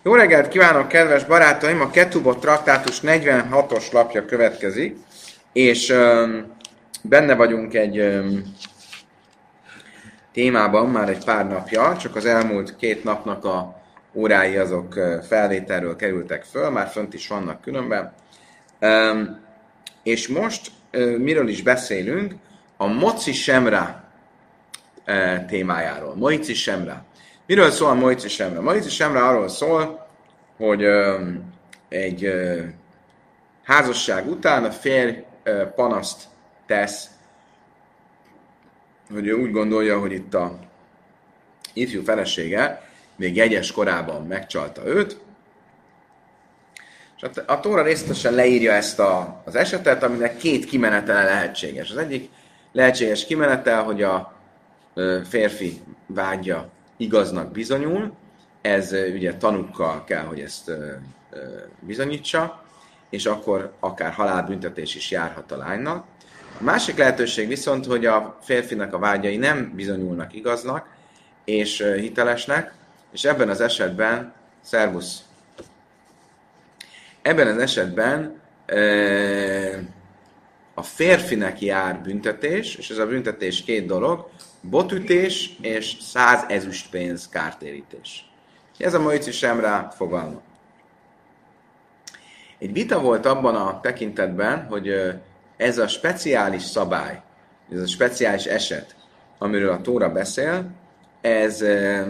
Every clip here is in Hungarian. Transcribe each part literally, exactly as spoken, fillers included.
Jó reggelt kívánok, kedves barátaim! A Ketubot traktátus negyvenhatos lapja következik, és um, benne vagyunk egy um, témában már egy pár napja, csak az elmúlt két napnak a órái azok uh, felvételről kerültek föl, már fönt is vannak különben. Um, és most uh, miről is beszélünk? A Moci Semra uh, témájáról. Moci Semra. Miről szól a Moci Semra? Moci Semra arról szól, hogy ö, egy ö, házasság után a férj ö, panaszt tesz, hogy ő úgy gondolja, hogy itt a ifjú felesége még jegyes korában megcsalta őt, és a, a Tóra részletesen leírja ezt a, az esetet, aminek két kimenetele lehetséges. Az egyik lehetséges kimenetel, hogy a ö, férfi vágya igaznak bizonyul, ez ugye tanúkkal kell, hogy ezt ö, ö, bizonyítsa, és akkor akár halálbüntetés is járhat a lánynak. A másik lehetőség viszont, hogy a férfinak a vágyai nem bizonyulnak igaznak és ö, hitelesnek, és ebben az esetben, szervusz, ebben az esetben ö, a férfinek jár büntetés, és ez a büntetés két dolog, botütés és száz ezüstpénz kártérítés. Ez a Moci Semra fogalma. Egy vita volt abban a tekintetben, hogy ez a speciális szabály, ez a speciális eset, amiről a Tóra beszél, ez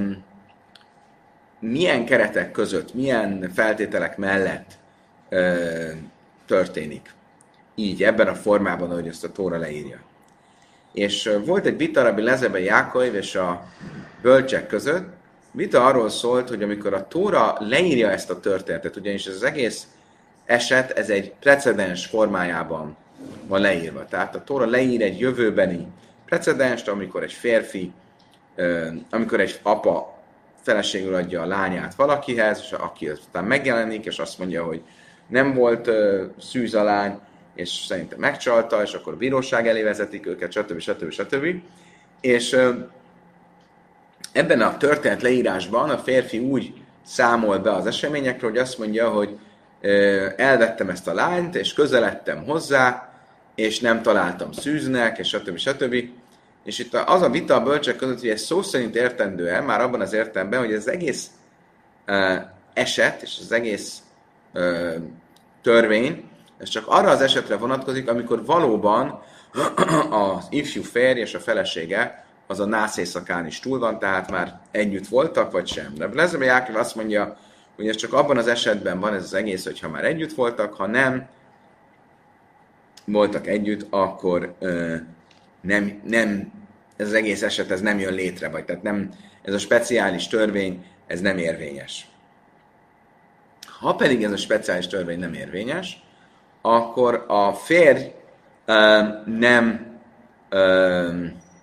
milyen keretek között, milyen feltételek mellett történik. Így, ebben a formában, ahogy ezt a Tóra leírja. És volt egy vita Rabbi Lezer ben Jákov és a bölcsek között, vita arról szólt, hogy amikor a Tóra leírja ezt a történetet, ugyanis ez az egész eset, ez egy precedens formájában van leírva. Tehát a Tóra leír egy jövőbeni precedenst, amikor egy férfi, amikor egy apa feleségül adja a lányát valakihez, és aki aztán megjelenik, és azt mondja, hogy nem volt szűz a lány, és szerintem megcsalta, és akkor a bíróság elé vezetik őket, stb. stb. stb. És ebben a történet leírásban a férfi úgy számol be az eseményekről, hogy azt mondja, hogy elvettem ezt a lányt, és közeledtem hozzá, és nem találtam szűznek, és stb. stb. És itt az a vita a bölcsek között, hogy ez szó szerint értendő el, már abban az értelemben, hogy az egész eset, és az egész törvény, ez csak arra az esetre vonatkozik, amikor valóban az ifjú férj és a felesége az a nász éjszakán is túl van, tehát már együtt voltak, vagy sem. De Lezer ben Jákov azt mondja, hogy ez csak abban az esetben van ez az egész, hogyha már együtt voltak, ha nem voltak együtt, akkor ö, nem, nem, ez az egész eset ez nem jön létre, vagy tehát nem, ez a speciális törvény, ez nem érvényes. Ha pedig ez a speciális törvény nem érvényes, akkor a férj ö, nem ö,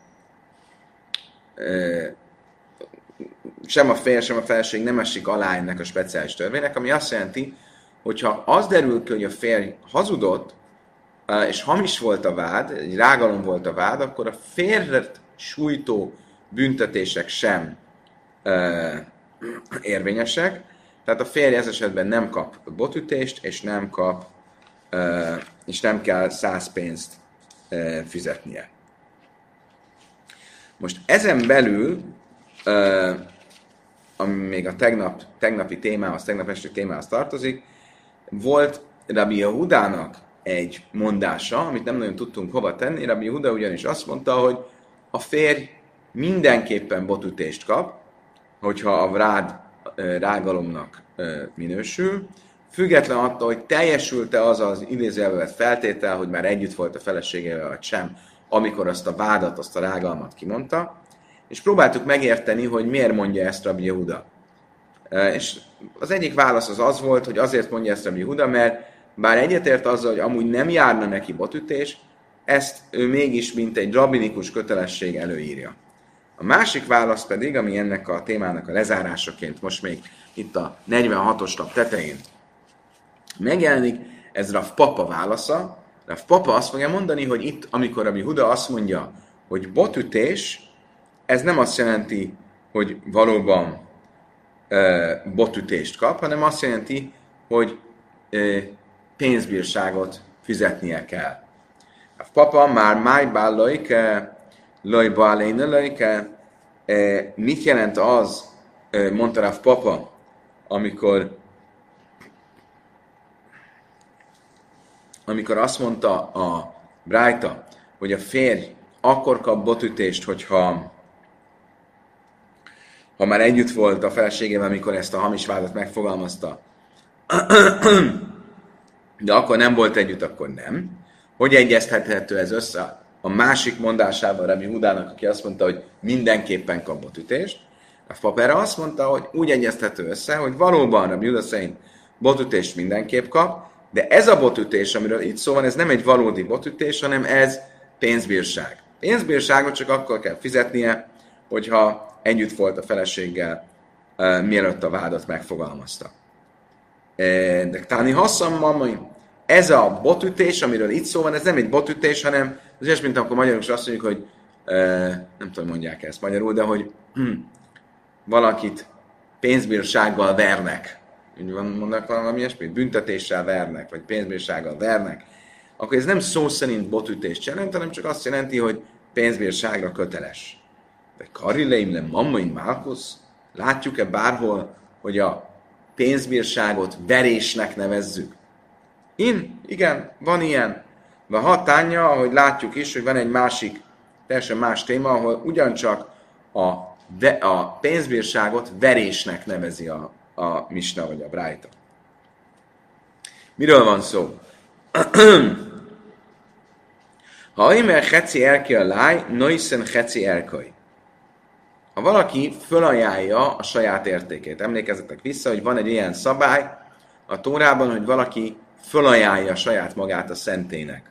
ö, sem a férj, sem a feleség nem esik alá ennek a speciális törvénynek, ami azt jelenti, hogyha az derül ki, hogy a férj hazudott, és hamis volt a vád, egy rágalom volt a vád, akkor a férjet sújtó büntetések sem ö, érvényesek, tehát a férj ez esetben nem kap botütést, és nem kap Uh, és nem kell száz pénzt uh, fizetnie. Most ezen belül, uh, ami még a tegnap, tegnapi témához, tegnap esti témához tartozik, volt Rabbi Yehudának egy mondása, amit nem nagyon tudtunk hova tenni. Rabbi Yehuda ugyanis azt mondta, hogy a férj mindenképpen botütést kap, hogyha a rád uh, rágalomnak uh, minősül, független attól, hogy teljesült-e az az idézőjelbe vett feltétel, hogy már együtt volt a feleségével, vagy sem, amikor azt a vádat, azt a rágalmat kimondta, és próbáltuk megérteni, hogy miért mondja ezt Rabbi Yehuda. És az egyik válasz az az volt, hogy azért mondja ezt Rabbi Yehuda, mert bár egyetért azzal, hogy amúgy nem járna neki botütés, ezt ő mégis mint egy rabbinikus kötelesség előírja. A másik válasz pedig, ami ennek a témának a lezárásaként most még itt a negyvenhatos lap tetején megjelenik, ez Rav Papa válasza. Rav Papa azt fogja mondani, hogy itt, amikor Rabbi Yehuda azt mondja, hogy botütés, ez nem azt jelenti, hogy valóban botütést kap, hanem azt jelenti, hogy pénzbírságot fizetnie kell. A papa már májbál lojke, lojba aléne lojke. Mit jelent az, mondta Rav papa, amikor amikor azt mondta a brájta, hogy a férj akkor kap botütést, hogyha ha már együtt volt a feleségével, amikor ezt a hamis vádat megfogalmazta, de akkor nem volt együtt, akkor nem. Hogy egyeztethető ez össze a másik mondásával Rabbi Hudának, aki azt mondta, hogy mindenképpen kap botütést? A papára azt mondta, hogy úgy egyeztethető össze, hogy valóban Rabbi Huda szerint botütést mindenképp kap, de ez a botütés, amiről itt szó van, ez nem egy valódi botütés, hanem ez pénzbírság. Pénzbírságot csak akkor kell fizetnie, hogyha együtt volt a feleséggel, uh, mielőtt a vádat megfogalmazta. De Táni Hasszam mamai, ez a botütés, amiről itt szó van, ez nem egy botütés, hanem az ilyes, mint amikor magyarul is azt mondjuk, hogy uh, nem tudom, mondják ezt magyarul, de hogy hm, valakit pénzbírsággal vernek. Úgy van, mondanak valami ilyesmit? Büntetéssel vernek, vagy pénzbírsággal vernek. Akkor ez nem szó szerint botütést jelent, hanem csak azt jelenti, hogy pénzbírságra köteles. De Karileim le mammain Málkusz, látjuk-e bárhol, hogy a pénzbírságot verésnek nevezzük? Én? Igen, van ilyen. Van hatánya, ahogy látjuk is, hogy van egy másik, teljesen más téma, ahol ugyancsak a, a pénzbírságot verésnek nevezi a, a misna vagy a brájta. Miről van szó? Ha imer heci erki a láj, noiszen heci erkai. Ha valaki fölajánlja a saját értékét, emlékezzetek vissza, hogy van egy ilyen szabály a Tórában, hogy valaki fölajánlja saját magát a szentének.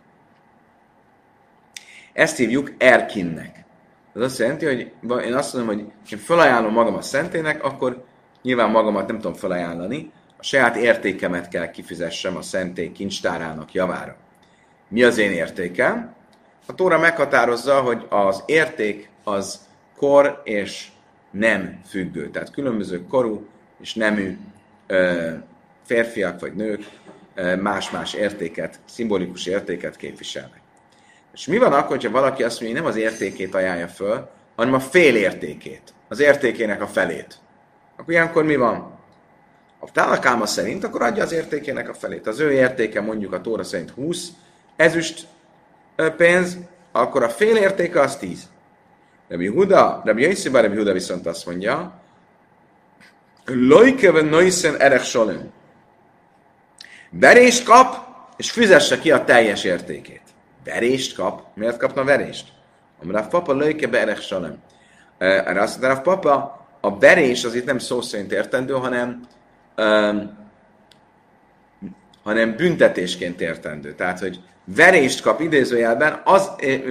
Ezt hívjuk erkinnek. Ez azt jelenti, hogy én azt mondom, hogy én fölajánlom magam a szentének, akkor nyilván magamat nem tudom fölajánlani, a saját értékemet kell kifizessem a szentély kincstárának javára. Mi az én értékem? A Tóra meghatározza, hogy az érték az kor és nem függő. Tehát különböző korú és nemű ö, férfiak vagy nők ö, más-más értéket, szimbolikus értéket képviselnek. És mi van akkor, hogyha valaki azt mondja, hogy nem az értékét ajánlja föl, hanem a fél értékét, az értékének a felét? Akkor ilyenkor mi van? Ha Tánakáma szerint, akkor adja az értékének a felét. Az ő értéke mondjuk a Tóra szerint húsz ezüst pénz, akkor a fél értéke az tíz. Rabbi Huda, Rabbi Jaisziba, Rabbi Huda viszont azt mondja, Lojkeve noiszen erech solim. Verést kap, és fizesse ki a teljes értékét. Verést kap? Miért kapna verést? Amrav papa lojkeve erech solim. Erre azt mondja, Rav papa, a verés az itt nem szó szerint értendő, hanem, um, hanem büntetésként értendő. Tehát, hogy verést kap idézőjelben, az,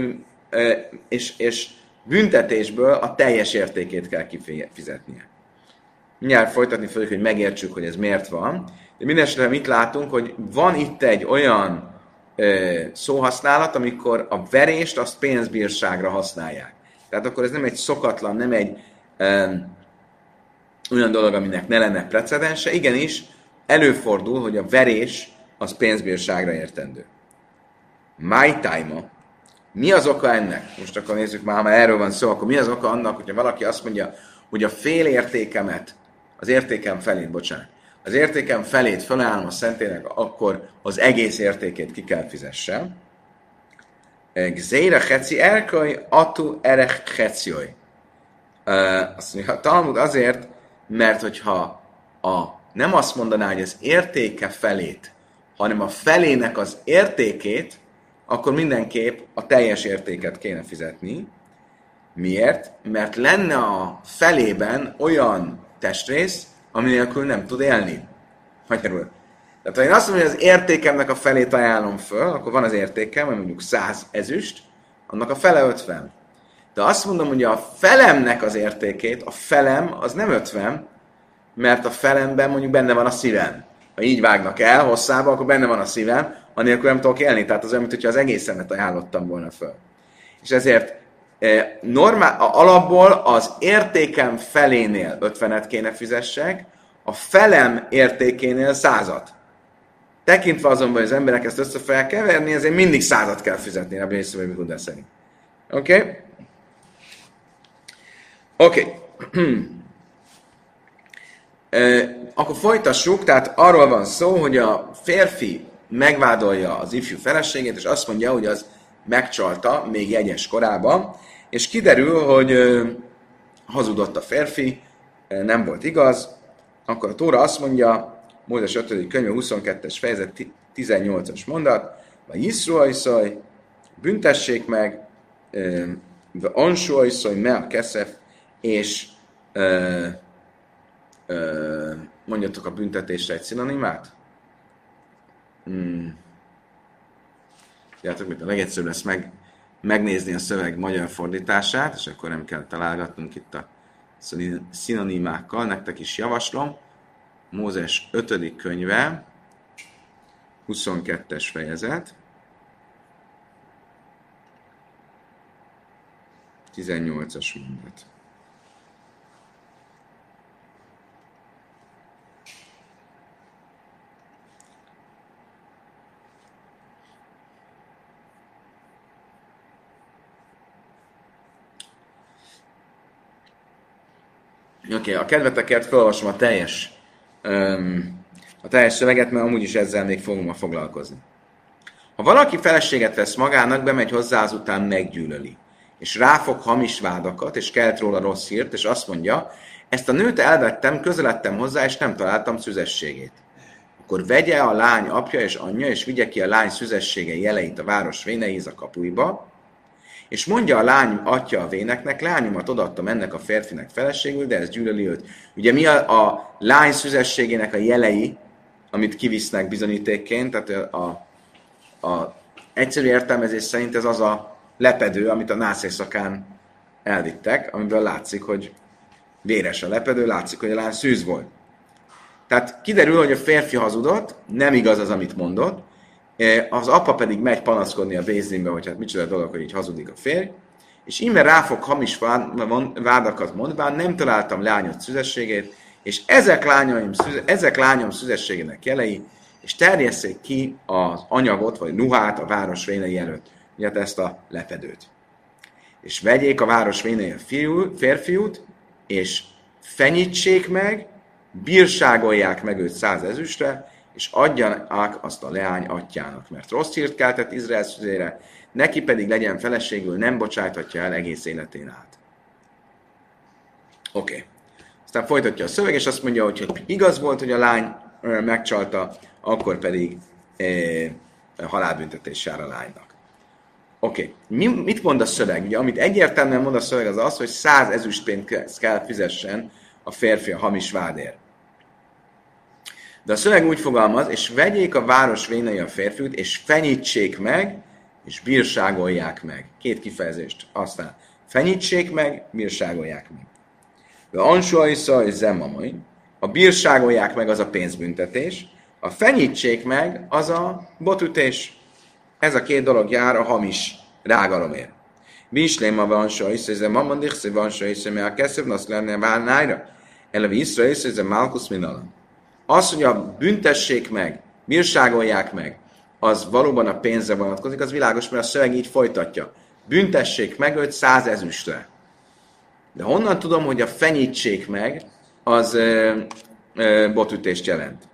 és, és büntetésből a teljes értékét kell kifizetnie. Mindjárt folytatni fogjuk, hogy megértsük, hogy ez miért van. De mindenesetre mit látunk, hogy van itt egy olyan ö, szóhasználat, amikor a verést azt pénzbírságra használják. Tehát akkor ez nem egy szokatlan, nem egy ö, olyan dolog, aminek ne lenne precedense. Igenis, előfordul, hogy a verés az pénzbírságra értendő. My time. Mi az oka ennek? Most akkor nézzük már, ha már erről van szó, akkor mi az oka annak, hogyha valaki azt mondja, hogy a fél értékemet, az értékem felét, bocsánat, az értékem felét felállom a szentének, akkor az egész értékét ki kell fizessem. Gzéra heci erkaj, atu erech hecioj. Azt mondja, a Talmud azért, mert hogyha a, nem azt mondaná, hogy az értéke felét, hanem a felének az értékét, akkor mindenképp a teljes értéket kéne fizetni. Miért? Mert lenne a felében olyan testrész, ami nélkül nem tud élni. Magyarul. Tehát ha én azt mondom, hogy az értékemnek a felét ajánlom föl, akkor van az értékem, ami mondjuk száz ezüst, annak a fele ötven. De azt mondom, hogy a felemnek az értékét, a felem az nem ötven, mert a felemben mondjuk benne van a szívem. Ha így vágnak el hosszába, akkor benne van a szívem, anélkül nem tudok élni. Tehát az olyan, mintha az egészemet ajánlottam volna föl. És ezért Normál, alapból az értékem felénél ötvenet kéne fizessek, a felem értékénél százat. Tekintve azonban, hogy az emberek ezt össze fel keverni, ezért mindig százat kell fizetni, Rabbi Yisrael ben Yehuda szerint. Oké? Okay? Oké. Okay. Akkor folytassuk, tehát arról van szó, hogy a férfi megvádolja az ifjú feleségét, és azt mondja, hogy az megcsalta még jegyes korában, és kiderül, hogy hazudott a férfi, nem volt igaz, akkor a Tóra azt mondja, Mózes ötödik könyve huszonkettes fejezet tizennyolcas mondat, vagy Iszruajszaj, büntessék meg, vagy Ansuajszaj, me a keszef, és ö, ö, mondjatok a büntetésre egy szinonimát? Hmm. Játok, mit a legegyszerűbb lesz meg, megnézni a szöveg magyar fordítását, és akkor nem kell találgatnunk itt a szinonimákkal, nektek is javaslom. Mózes ötödik könyve, huszonkettes fejezet, tizennyolcas mondat. Oké, okay, a kedvetekért felolvasom a teljes, um, a teljes szöveget, mert amúgy is ezzel még fogunk ma foglalkozni. Ha valaki feleséget vesz magának, bemegy hozzá, azután meggyűlöli, és ráfog hamis vádakat, és kelt róla rossz hírt, és azt mondja, ezt a nőt elvettem, közeledtem hozzá, és nem találtam szüzességét. Akkor vegye a lány apja és anyja, és vigye ki a lány szüzessége jeleit a város véneihez a kapuiba, és mondja a lány atya a véneknek, lányomat odaadtam ennek a férfinek feleségül, de ez gyűlöli őt. Ugye mi a, a lány szüzességének a jelei, amit kivisznek bizonyítékként, tehát a, a, a egyszerű értelmezés szerint ez az a lepedő, amit a nász éjszakán elvittek, amiből látszik, hogy véres a lepedő, látszik, hogy a lány szűz volt. Tehát kiderül, hogy a férfi hazudott, nem igaz az, amit mondott, az apa pedig megy panaszkodni a vézlinbe, hogy hát micsoda dolog, hogy így hazudik a férj, és íme ráfog hamis vádakat mondván, nem találtam lányod szüzességét, és ezek, lányom, ezek lányom szüzességének jelei, és terjesszék ki az anyagot, vagy ruhát a város vénei előtt, ugye ezt a lepedőt. És vegyék a város vénei a fiú, férfiút, és fenyítsék meg, bírságolják meg őt száz ezüstre, és adják azt a leány atyának, mert rossz hírt keltett Izrael szüzére, neki pedig legyen feleségül, nem bocsájthatja el egész életén át. Oké. Okay. Aztán folytatja a szöveg, és azt mondja, hogy igaz volt, hogy a lány megcsalta, akkor pedig eh, halálbüntetés jár a lánynak. Oké. Okay. Mit mond a szöveg? Ugye, amit egyértelműen mond a szöveg, az az, hogy száz ezüstpénzt kell fizessen a férfi a hamis vádért. De a szöveg úgy fogalmaz, és vegyék a város vénei a férfiút, és fenyítsék meg, és bírságolják meg. Két kifejezést aztán. Fenyítsék meg, bírságolják meg. De ansuaisza és zemmamai. A bírságolják meg az a pénzbüntetés, a fenyítsék meg az a botütés. Ez a két dolog jár a hamis rágalomért. Bísléma van ansuaisza, és zemmamon dixi van ansuaisza, mert a keszebb nasz lenne válnájra. Eleve Iszraisza, és zemmalkusz minalam. Az, hogy a büntessék meg, bírságolják meg, az valóban a pénzre vonatkozik, az világos, mert a szöveg így folytatja. Büntessék meg őt száz ezüstre. De honnan tudom, hogy a fenyítsék meg, az ö, ö, botütést jelent?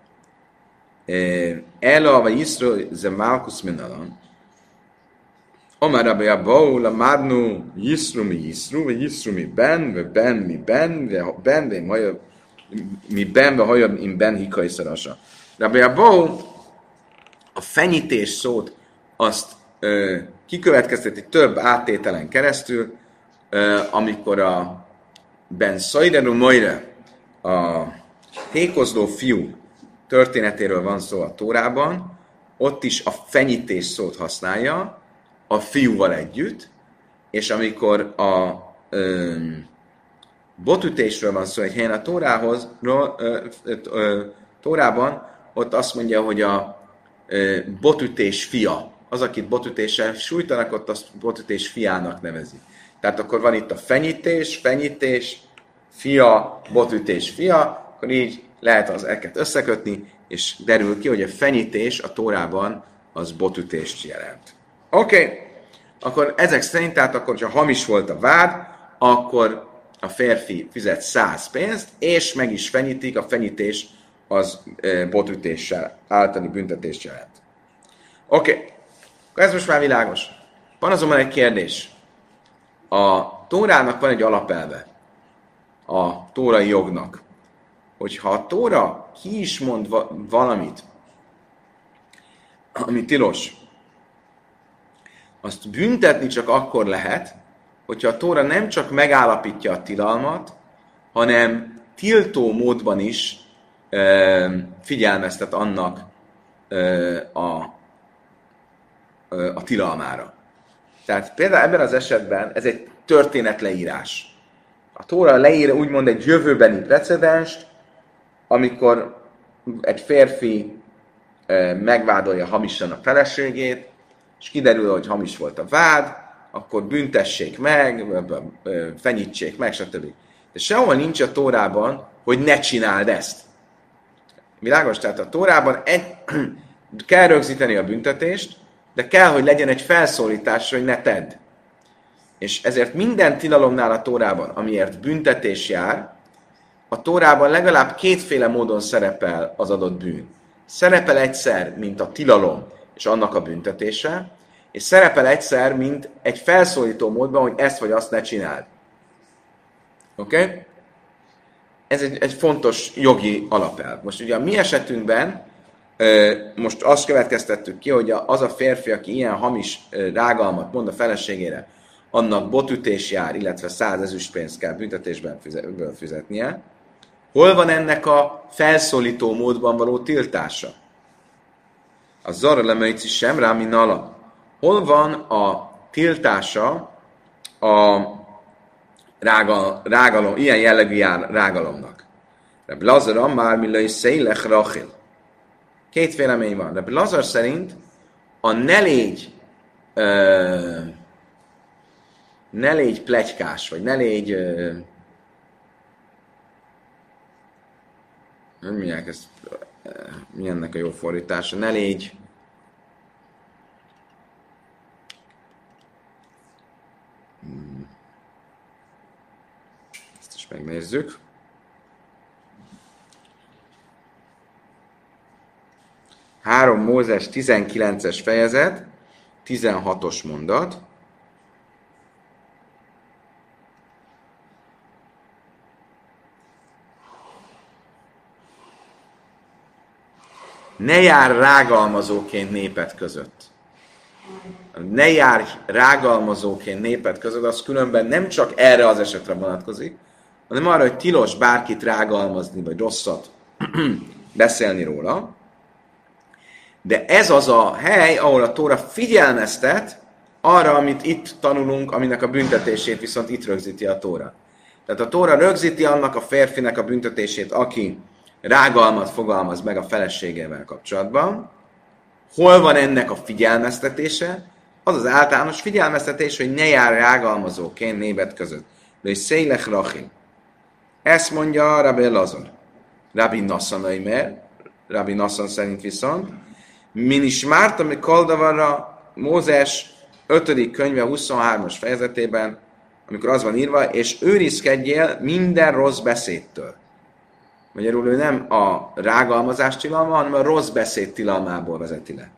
Ela vagy Iszra, ze Malkusz Minalan. Omar Rabbi Abou, la Márnu, Iszru mi Iszru, vagy Iszru mi ben, vagy ben mi ben, vagy ben, vagy majd mi ben, vagy hajad in ben hikai szarasa. Rabbi Abou a fenyítés szót azt ö, kikövetkezteti több áttételen keresztül, ö, amikor a Ben Szajderu Moire, a tékozló fiú történetéről van szó a Tórában, ott is a fenyítés szót használja a fiúval együtt, és amikor a ö, botütésről van szó egy helyen a Tórához, ö, ö, ö, Tórában, ott azt mondja, hogy a ö, botütés fia, az, akit botütéssel sújtanak, ott azt botütés fiának nevezi. Tehát akkor van itt a fenyítés, fenyítés, fia, botütés, fia, akkor így lehet az eket összekötni, és derül ki, hogy a fenyítés a Tórában az botütést jelent. Oké, okay. Akkor ezek szerint, tehát akkor, ha hamis volt a vád, akkor a férfi fizet száz pénzt, és meg is fenyítik, a fenyítés az e, botütéssel, általi büntetést jelent. Oké, okay. Akkor ez most már világos. Van azonban egy kérdés. A Tórának van egy alapelve, a tórai jognak, hogyha a Tóra ki is mond va- valamit, ami tilos, azt büntetni csak akkor lehet, hogyha a Tóra nem csak megállapítja a tilalmat, hanem tiltó módban is ö, figyelmeztet annak ö, a, ö, a tilalmára. Tehát például ebben az esetben ez egy történetleírás. A Tóra leír úgymond egy jövőbeni precedenst, amikor egy férfi ö, megvádolja hamisan a feleségét, és kiderül, hogy hamis volt a vád, akkor büntessék meg, fenyítsék meg, stb. De sehol nincs a Tórában, hogy ne csináld ezt. Világos? Tehát a Tórában egy, kell rögzíteni a büntetést, de kell, hogy legyen egy felszólítás, hogy ne tedd. És ezért minden tilalomnál a Tórában, amiért büntetés jár, a Tórában legalább kétféle módon szerepel az adott bűn. Szerepel egyszer, mint a tilalom, és annak a büntetése, és szerepel egyszer, mint egy felszólító módban, hogy ezt vagy azt ne csináld. Oké? Okay? Ez egy, egy fontos jogi alapelv. Most ugye a mi esetünkben most azt következtettük ki, hogy az a férfi, aki ilyen hamis rágalmat mond a feleségére, annak botütés jár, illetve száz ezüstpénzt kell büntetésben fizetnie. Hol van ennek a felszólító módban való tiltása? A Zara lemeici sem rámi nala. Hol van a tiltása a rágal, rágalom, ilyen jellegű jár, rágalomnak? Reb Lazar ammár millai szélech rachil. Két vélemény van. Reb Lazar szerint a ne légy ö, ne légy pletykás, vagy ne légy ö, nem mondják ezt, mi ennek a jó fordítása, ne légy ezt is megnézzük. három Mózes tizenkilences fejezet, tizenhatos mondat. Ne jár rágalmazóként néped között. Ne jár rágalmazóként néped között, az különben nem csak erre az esetre vonatkozik, hanem arra, hogy tilos bárkit rágalmazni, vagy rosszat beszélni róla. De ez az a hely, ahol a Tóra figyelmeztet arra, amit itt tanulunk, aminek a büntetését viszont itt rögzíti a Tóra. Tehát a Tóra rögzíti annak a férfinek a büntetését, aki rágalmat fogalmaz meg a feleségével kapcsolatban. Hol van ennek a figyelmeztetése? Az az általános figyelmeztetés, hogy ne jár rágalmazóként néped között. De hogy szélech rachim. Ezt mondja Rabbi Lazar. Rabbi Nassan Aimer, Rabbi Nassan szerint viszont, min is márt, ami Kaldavarra Mózes ötödik könyve huszonhármas fejezetében, amikor az van írva, és őrizkedjél minden rossz beszédtől. Magyarul ő nem a rágalmazás tilalma, hanem a rossz beszéd tilalmából vezeti le.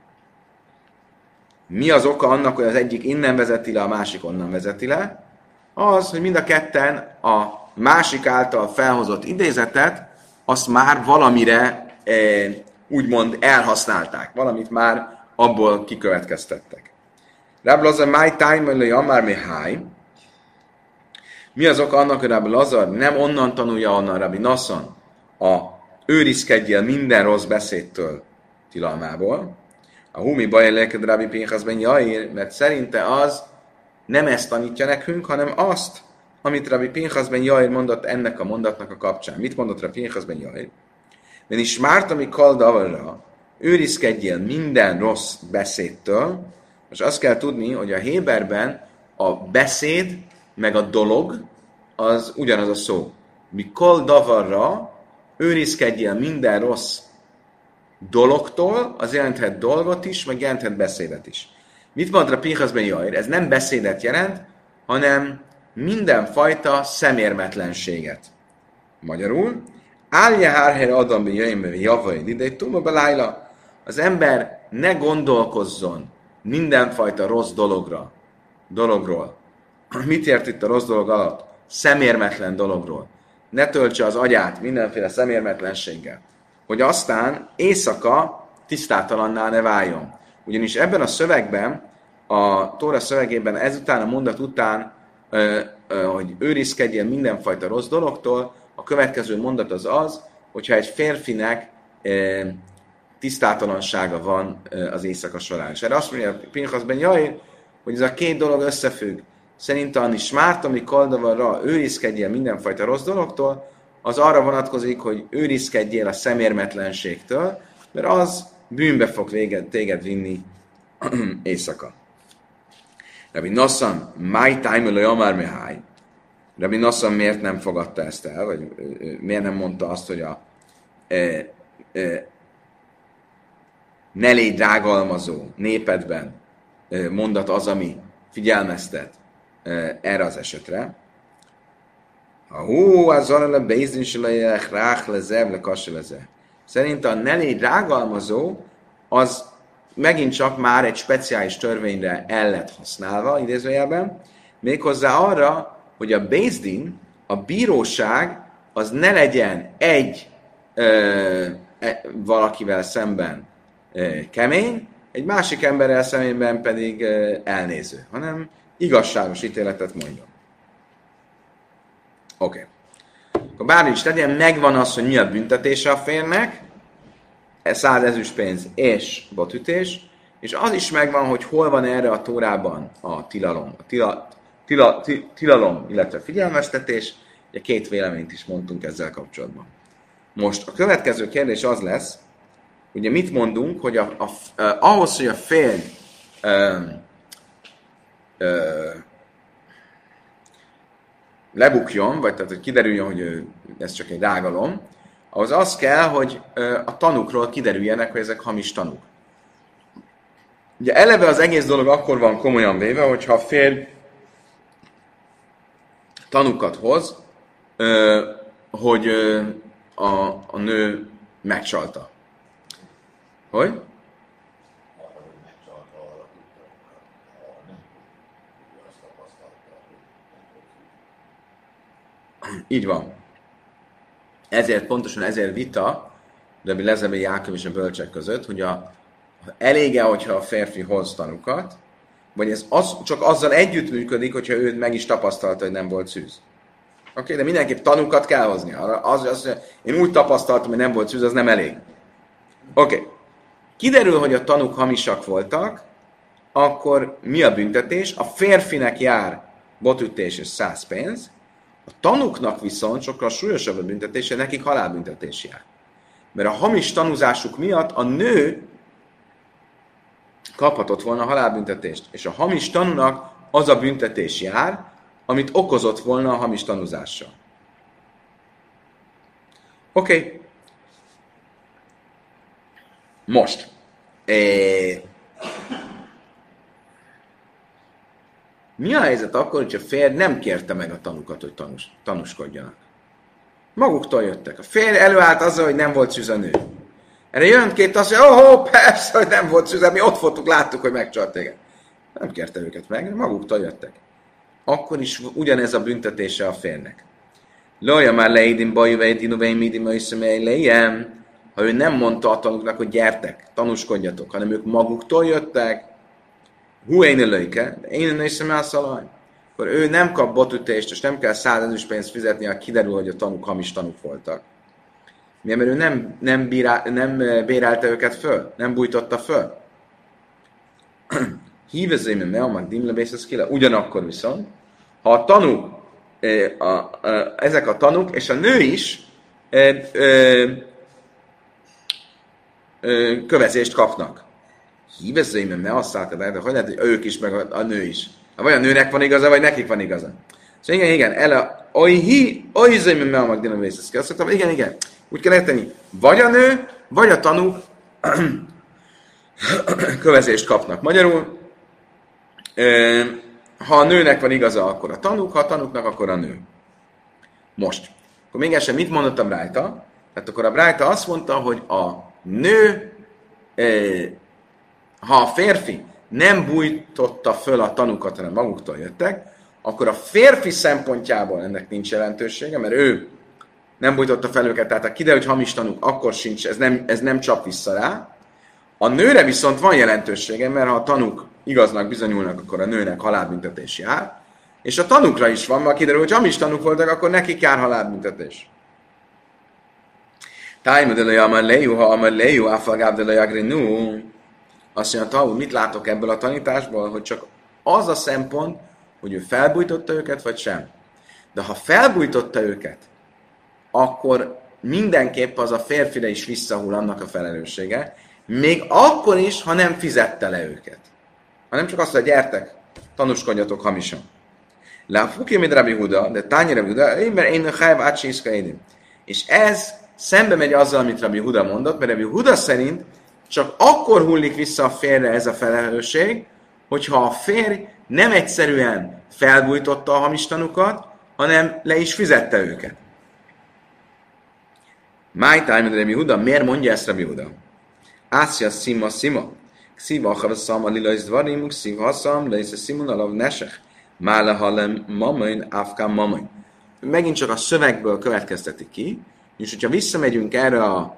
Mi az oka annak, hogy az egyik innen vezeti le, a másik onnan vezeti le? Az, hogy mind a ketten a másik által felhozott idézetet, azt már valamire e, úgymond elhasználták. Valamit már abból kikövetkeztettek. Rabbi Lazar, my time, hogy amár mi háj. Mi az oka annak, hogy Rabbi Lazar nem onnan tanulja onnan Rabbi Nassan, a őrizkedjél minden rossz beszédtől tilalmából. A humi baj lelked Rabbi Pinchas ben Jair, mert szerinte az nem ezt tanítja nekünk, hanem azt, amit Rabbi Pinchas ben Jair mondott ennek a mondatnak a kapcsán. Mit mondott Rabbi Pinchas ben Jair? De is márt, ami kaldavarra, őrizkedjél minden rossz beszédtől. Most azt kell tudni, hogy a Héberben a beszéd meg a dolog, az ugyanaz a szó. Mikol davarra őrizkedjél minden rossz dologtól, az jelenthet dolgot is, meg jelenthet beszédet is. Mit mondta Pinchas ben Jair? Ez nem beszédet jelent, hanem mindenfajta szemérmetlenséget. Magyarul, állja hárher adam ben Jair javai idei tuma belájla, az ember ne gondolkozzon mindenfajta rossz dologra, dologról. Mit ért itt a rossz dolog alatt? Szemérmetlen dologról. Ne töltse az agyát mindenféle szemérmetlenséggel, hogy aztán éjszaka tisztátalanná ne váljon. Ugyanis ebben a szövegben, a Tóra szövegében ezután, a mondat után, hogy őrizkedjen mindenfajta rossz dologtól, a következő mondat az az, hogyha egy férfinek tisztátalansága van az éjszaka során. És erre azt mondja Pinchas ben Jair, hogy ez a két dolog összefügg. Szerintem is mártomi koldavarra őrizkedjél mindenfajta rossz dologtól, az arra vonatkozik, hogy őrizkedjél a szemérmetlenségtől, mert az bűnbe fog véged, téged vinni éjszaka. Rabbi Nosson, my time lo yamar meháj. Rabbi Nosson miért nem fogadta ezt el, vagy miért nem mondta azt, hogy a e, e, ne légy drágalmazó népedben e, mondat az, ami figyelmeztet e, erre az esetre. Hú, az arra a bézdin se lejek, rák lezev, le kasse leze. Szerintem a ne légy rágalmazó, az megint csak már egy speciális törvényre el lett használva, idézőjelben, méghozzá arra, hogy a bézdin, a bíróság, az ne legyen egy ö, e, valakivel szemben ö, kemény, egy másik emberrel szemben pedig ö, elnéző, hanem igazságos ítéletet mondjon. Oké. Okay. Akkor bármi is legyen, megvan az, hogy mi a büntetése a férnek, száz ezüstpénz és botütés, és az is megvan, hogy hol van erre a Tórában a tilalom, a tila, tila, tila, tilalom, illetve figyelmeztetés. Ugye két véleményt is mondtunk ezzel kapcsolatban. Most a következő kérdés az lesz, ugye mit mondunk, hogy a, a, a, ahhoz, hogy a férj ö, ö, lebukjon, vagy tehát, hogy kiderüljön, hogy ő, ez csak egy rágalom, ahhoz az kell, hogy a tanúkról kiderüljenek, hogy ezek hamis tanúk. Ugye eleve az egész dolog akkor van komolyan véve, hogyha a férj tanúkat hoz, hogy a, a nő megcsalta. Hogy? Így van. Ezért pontosan ezért vita Rabbi Lezebe Jákov és a bölcsek között, hogy a, elége, hogyha a férfi hoz tanukat, vagy ez az, csak azzal együtt működik, hogyha ő meg is tapasztalta, hogy nem volt szűz. Oké, okay, de mindenképp tanukat kell hozni. Az, az, én úgy tapasztaltam, hogy nem volt szűz, az nem elég. Oké. Okay. Kiderül, hogy a tanúk hamisak voltak, akkor mi a büntetés? A férfinek jár botütés és száz pénz, a tanúknak viszont sokkal súlyosabb a büntetése, nekik halálbüntetés jár. Mert a hamis tanúzásuk miatt a nő kaphatott volna halálbüntetést. És a hamis tanúnak az a büntetés jár, amit okozott volna a hamis tanúzással. Oké. Okay. Most. É... Mi a helyzet akkor, hogyha a férj nem kérte meg a tanúkat, hogy tanús, tanúskodjanak? Maguktól jöttek. A férj előállt azzal, hogy nem volt szűz a nő. Erre jön két azt, hogy oh, oh, persze, hogy nem volt szűz, mi ott voltunk, láttuk, hogy megcsalt téged. Nem kérte őket meg, maguktól jöttek. Akkor is ugyanez a büntetése a férnek. Lója már leidin bajuveid inuveim midim öjszömei lejem. Ha ő nem mondta a tanúknak, hogy gyertek, tanúskodjatok, hanem ők maguktól jöttek, hú én előike, de én nem hiszem el szalaj. Akkor ő nem kap botütést, és nem kell száz ezüstpénzt fizetni, ha kiderül, hogy a tanúk hamis tanúk voltak. Miért? Mert ő nem, nem, bírá, nem bérelte őket föl, nem bújtotta föl. Hívezőim, me a magdim lebészesz kile. Ugyanakkor viszont, ha a tanúk, a, a, a, ezek a tanúk, és a nő is e, e, e, kövezést kapnak. Hívezőim, me azt álltad, de hogy lehet, hogy ők is, meg a, a nő is. Vagy a nőnek van igaza, vagy nekik van igaza. Szóval igen, igen, el a oly hi, oly zöjjön me a magdina vészeszki. Azt mondtam, igen, igen, úgy kell érteni, vagy a nő, vagy a tanúk kövezést kapnak. Magyarul, ha a nőnek van igaza, akkor a tanúk, ha a tanúknak, akkor a nő. Most. Akkor még sem mit mondott a Brájta? Tehát akkor a Brájta azt mondta, hogy a nő, ha a férfi nem bújtotta föl a tanúkat, hanem maguktól jöttek, akkor a férfi szempontjából ennek nincs jelentősége, mert ő nem bújtotta fel őket, tehát ha kiderül, hogy hamis tanúk, akkor sincs, ez nem, ez nem csap vissza rá. A nőre viszont van jelentősége, mert ha a tanúk igaznak bizonyulnak, akkor a nőnek halálbüntetés jár, és a tanúkra is van, mert kiderül, hogy hamis tanúk voltak, akkor nekik jár halálbüntetés. Tájmödelőj amar lejú, ha amar lejú, áfalgábdelőj agrinu. Azt mondja, hogy mit látok ebből a tanításból, hogy csak az a szempont, hogy ő felbújtotta őket, vagy sem. De ha felbújtotta őket, akkor mindenképp az a férfire is visszahull annak a felelőssége, még akkor is, ha nem fizette le őket. Hanem csak azt, hogy gyertek, tanúskodjatok hamisan. Le a fuki, mint Rabbi Huda, de tányi Rabbi Huda, mert én a hájv átsészka édim. És ez szembe megy azzal, amit Rabbi Huda mondott, mert Rabbi Huda szerint csak akkor hullik vissza a férjre ez a felelősség, hogyha a férj nem egyszerűen felbújtotta a hamis tanukat, hanem le is fizette őket. My time, Rabbi Huda, miért mondja ezt Rabbi Huda? Ászja szima szima. Xiva acharasszam a lilajsz dvarim, xiva haszam, lejsz a szimun alav nesek. Mála halem mamain, afkám mamain. Megint csak a szövegből következteti ki, és hogyha visszamegyünk erre a,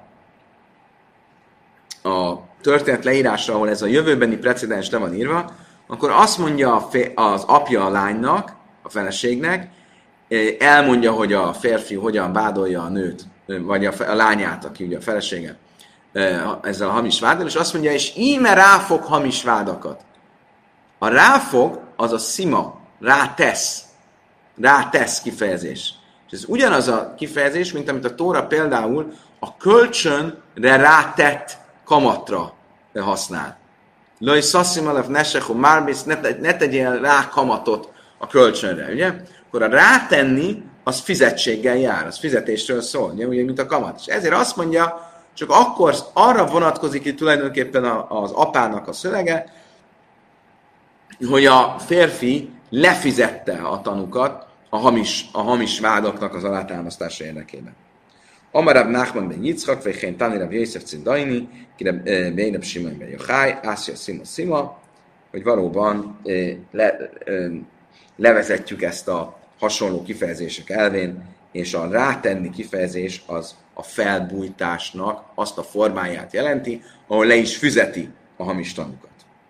a történet leírásra, ahol ez a jövőbeni precedens le van írva, akkor azt mondja az apja a lánynak, a feleségnek, elmondja, hogy a férfi hogyan vádolja a nőt, vagy a, a lányát, aki ugye a felesége, ezzel a hamis váddal, és azt mondja, és íme ráfog hamis vádakat. A ráfog az a szima, rátesz, rátesz kifejezés. És ez ugyanaz a kifejezés, mint amit a Tóra például a kölcsönre rátett kamatra használ. Laj szaszimalev nesecho márbisz, ne tegyél rá kamatot a kölcsönre, ugye? Akkor a rátenni, az fizetséggel jár, az fizetésről szól, ugye, ugye mint a kamat. És ezért azt mondja, csak akkor arra vonatkozik itt tulajdonképpen az apának a szövege, hogy a férfi lefizette a tanukat a hamis, a hamis vádaknak az alátámasztása érdekében. Amarab Nachman ben Yitzchak, vagy Hén Tani Rav Yosef Cindaini, kire Beinab Simon ben Yochai, Ászia Szima Szima, hogy valóban le, levezetjük ezt a hasonló kifejezések elvén, és a rátenni kifejezés az a felbújtásnak azt a formáját jelenti, ahol le is füzeti a hamis tanukat.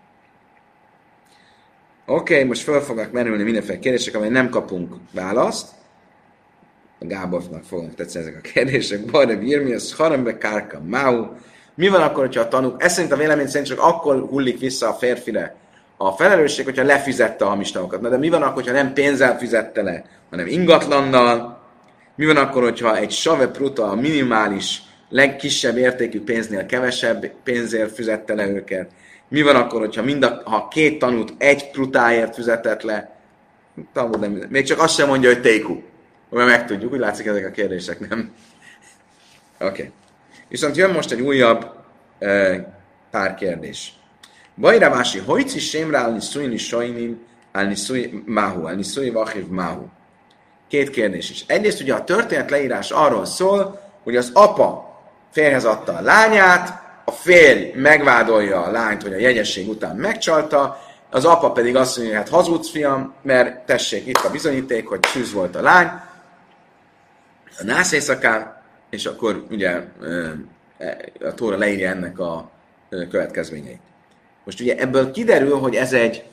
Oké, okay, most fel fognak merülni mindenféle kérdések, amely nem kapunk választ. A Gábornak fognak tetszeni ezek a kérdések. Barra bírmi, az harambe kárka, máu. Mi van akkor, hogyha a tanúk, ez szerint a vélemény szerint csak akkor hullik vissza a férfire a felelősség, hogyha lefizette a hamis tanukat. Na de mi van akkor, hogyha nem pénzzel fizette le, hanem ingatlannal? Mi van akkor, hogyha egy save pruta a minimális, legkisebb értékű pénznél kevesebb pénzért fizette le őket? Mi van akkor, hogyha mind a, ha két tanút egy prutáért fizetett le? Talán nem, még csak azt sem mondja, hogy tékú. Mert megtudjuk, úgy látszik ezek a kérdések, nem? Oké. Okay. Viszont jön most egy újabb uh, pár kérdés. Bajravási, hojci sémre állni szújni sajnim, állni szúj máhu, állni szúj vachiv máhu. Két kérdés is. Egyrészt ugye a történet leírás arról szól, hogy az apa férjhez adta a lányát, a férj megvádolja a lányt, hogy a jegyesség után megcsalta, az apa pedig azt mondja, hogy hát hazudsz, fiam, mert tessék, itt a bizonyíték, hogy szűz volt a lány, a nász éjszakán, és akkor ugye a Tóra leírja ennek a következményeit. Most ugye ebből kiderül, hogy ez egy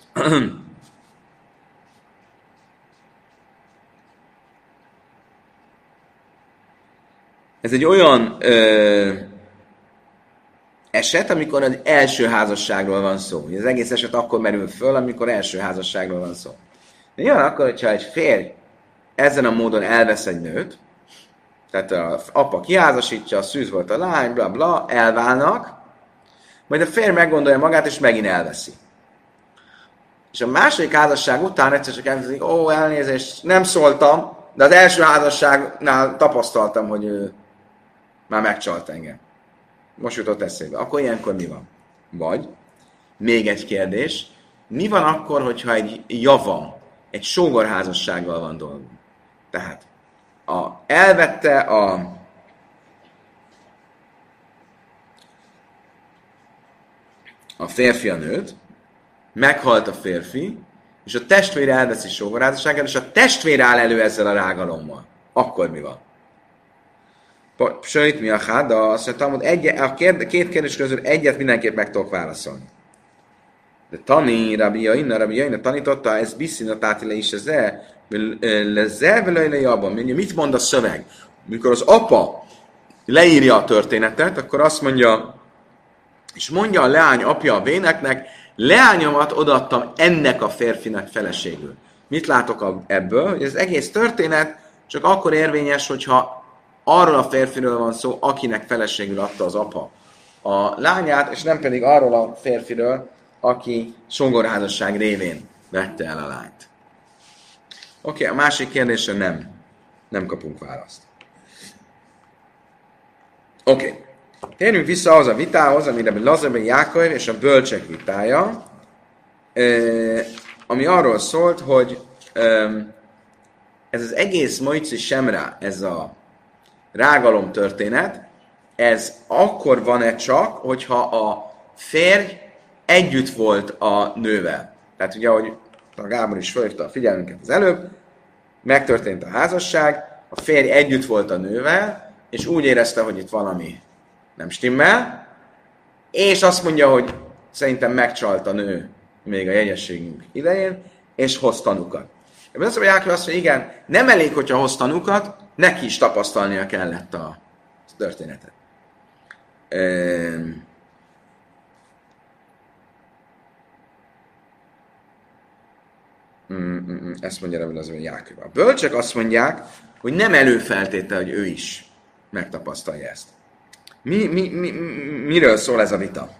ez egy olyan ö, eset, amikor az első házasságról van szó. Az egész eset akkor merül föl, amikor első házasságról van szó. De nyilván akkor, hogyha egy férj ezen a módon elvesz egy nőt, tehát az apa kiházasítja, a szűz volt a lány, bla bla, elválnak, majd a férj meggondolja magát, és megint elveszi. és a második házasság után egyszer csak elkezdik, ó, elnézést, nem szóltam, de az első házasságnál tapasztaltam, hogy ő már megcsalt engem. Most jutott eszébe. Akkor ilyenkor mi van? Vagy, még egy kérdés, mi van akkor, hogyha egy javam, egy sógorházassággal van dolgunk? Tehát a, elvette a a férfi a nőt, meghalt a férfi, és a testvére elveszi sógorházassággal, és a testvér áll elő ezzel a rágalommal. Akkor mi van? Sőt, mi a hát, de azt mondtam, hogy egy, a kérd, két kérdés közül egyet mindenképp meg tudok válaszolni. De Tani, Rabbi Jaina, Rabbi Jaina tanította, ez biszina tátile is ez lezelvelejlei abban. Mit mond a szöveg? Mikor az apa leírja a történetet, akkor azt mondja, és mondja a leány apja a véneknek, leányomat odaadtam ennek a férfinek feleségül. Mit látok ebből? Hogy ez egész történet csak akkor érvényes, hogyha arról a férfiről van szó, akinek feleségül adta az apa a lányát, és nem pedig arról a férfiről, aki sógorházasság révén vette el a lányt. Oké, okay, a másik kérdésre nem. Nem kapunk választ. Oké. Okay. Térjünk vissza az a vitához, amire Lazar ben Jákov és a bölcsek vitája, ami arról szólt, hogy ez az egész Mojci Semra, ez a rágalom történet, ez akkor van-e csak, hogyha a férj együtt volt a nővel. Tehát ugye, ahogy a Gábor is felhívta a figyelmünket az előbb, megtörtént a házasság, a férj együtt volt a nővel, és úgy érezte, hogy itt valami nem stimmel, és azt mondja, hogy szerintem megcsalt a nő még a jegyességünk idején, és hoz tanukat. Ebben azt mondja, Jákov azt mondja, igen, nem elég, hogyha hoz tanukat, neki is tapasztalnia kellett a történetet. Um, Mm, mm, mm, ezt mondja Rabbi Lazar ben Jákov. A bölcsek azt mondják, hogy nem előfeltétel, hogy ő is megtapasztalja ezt. Mi, mi, mi, miről szól ez a vita?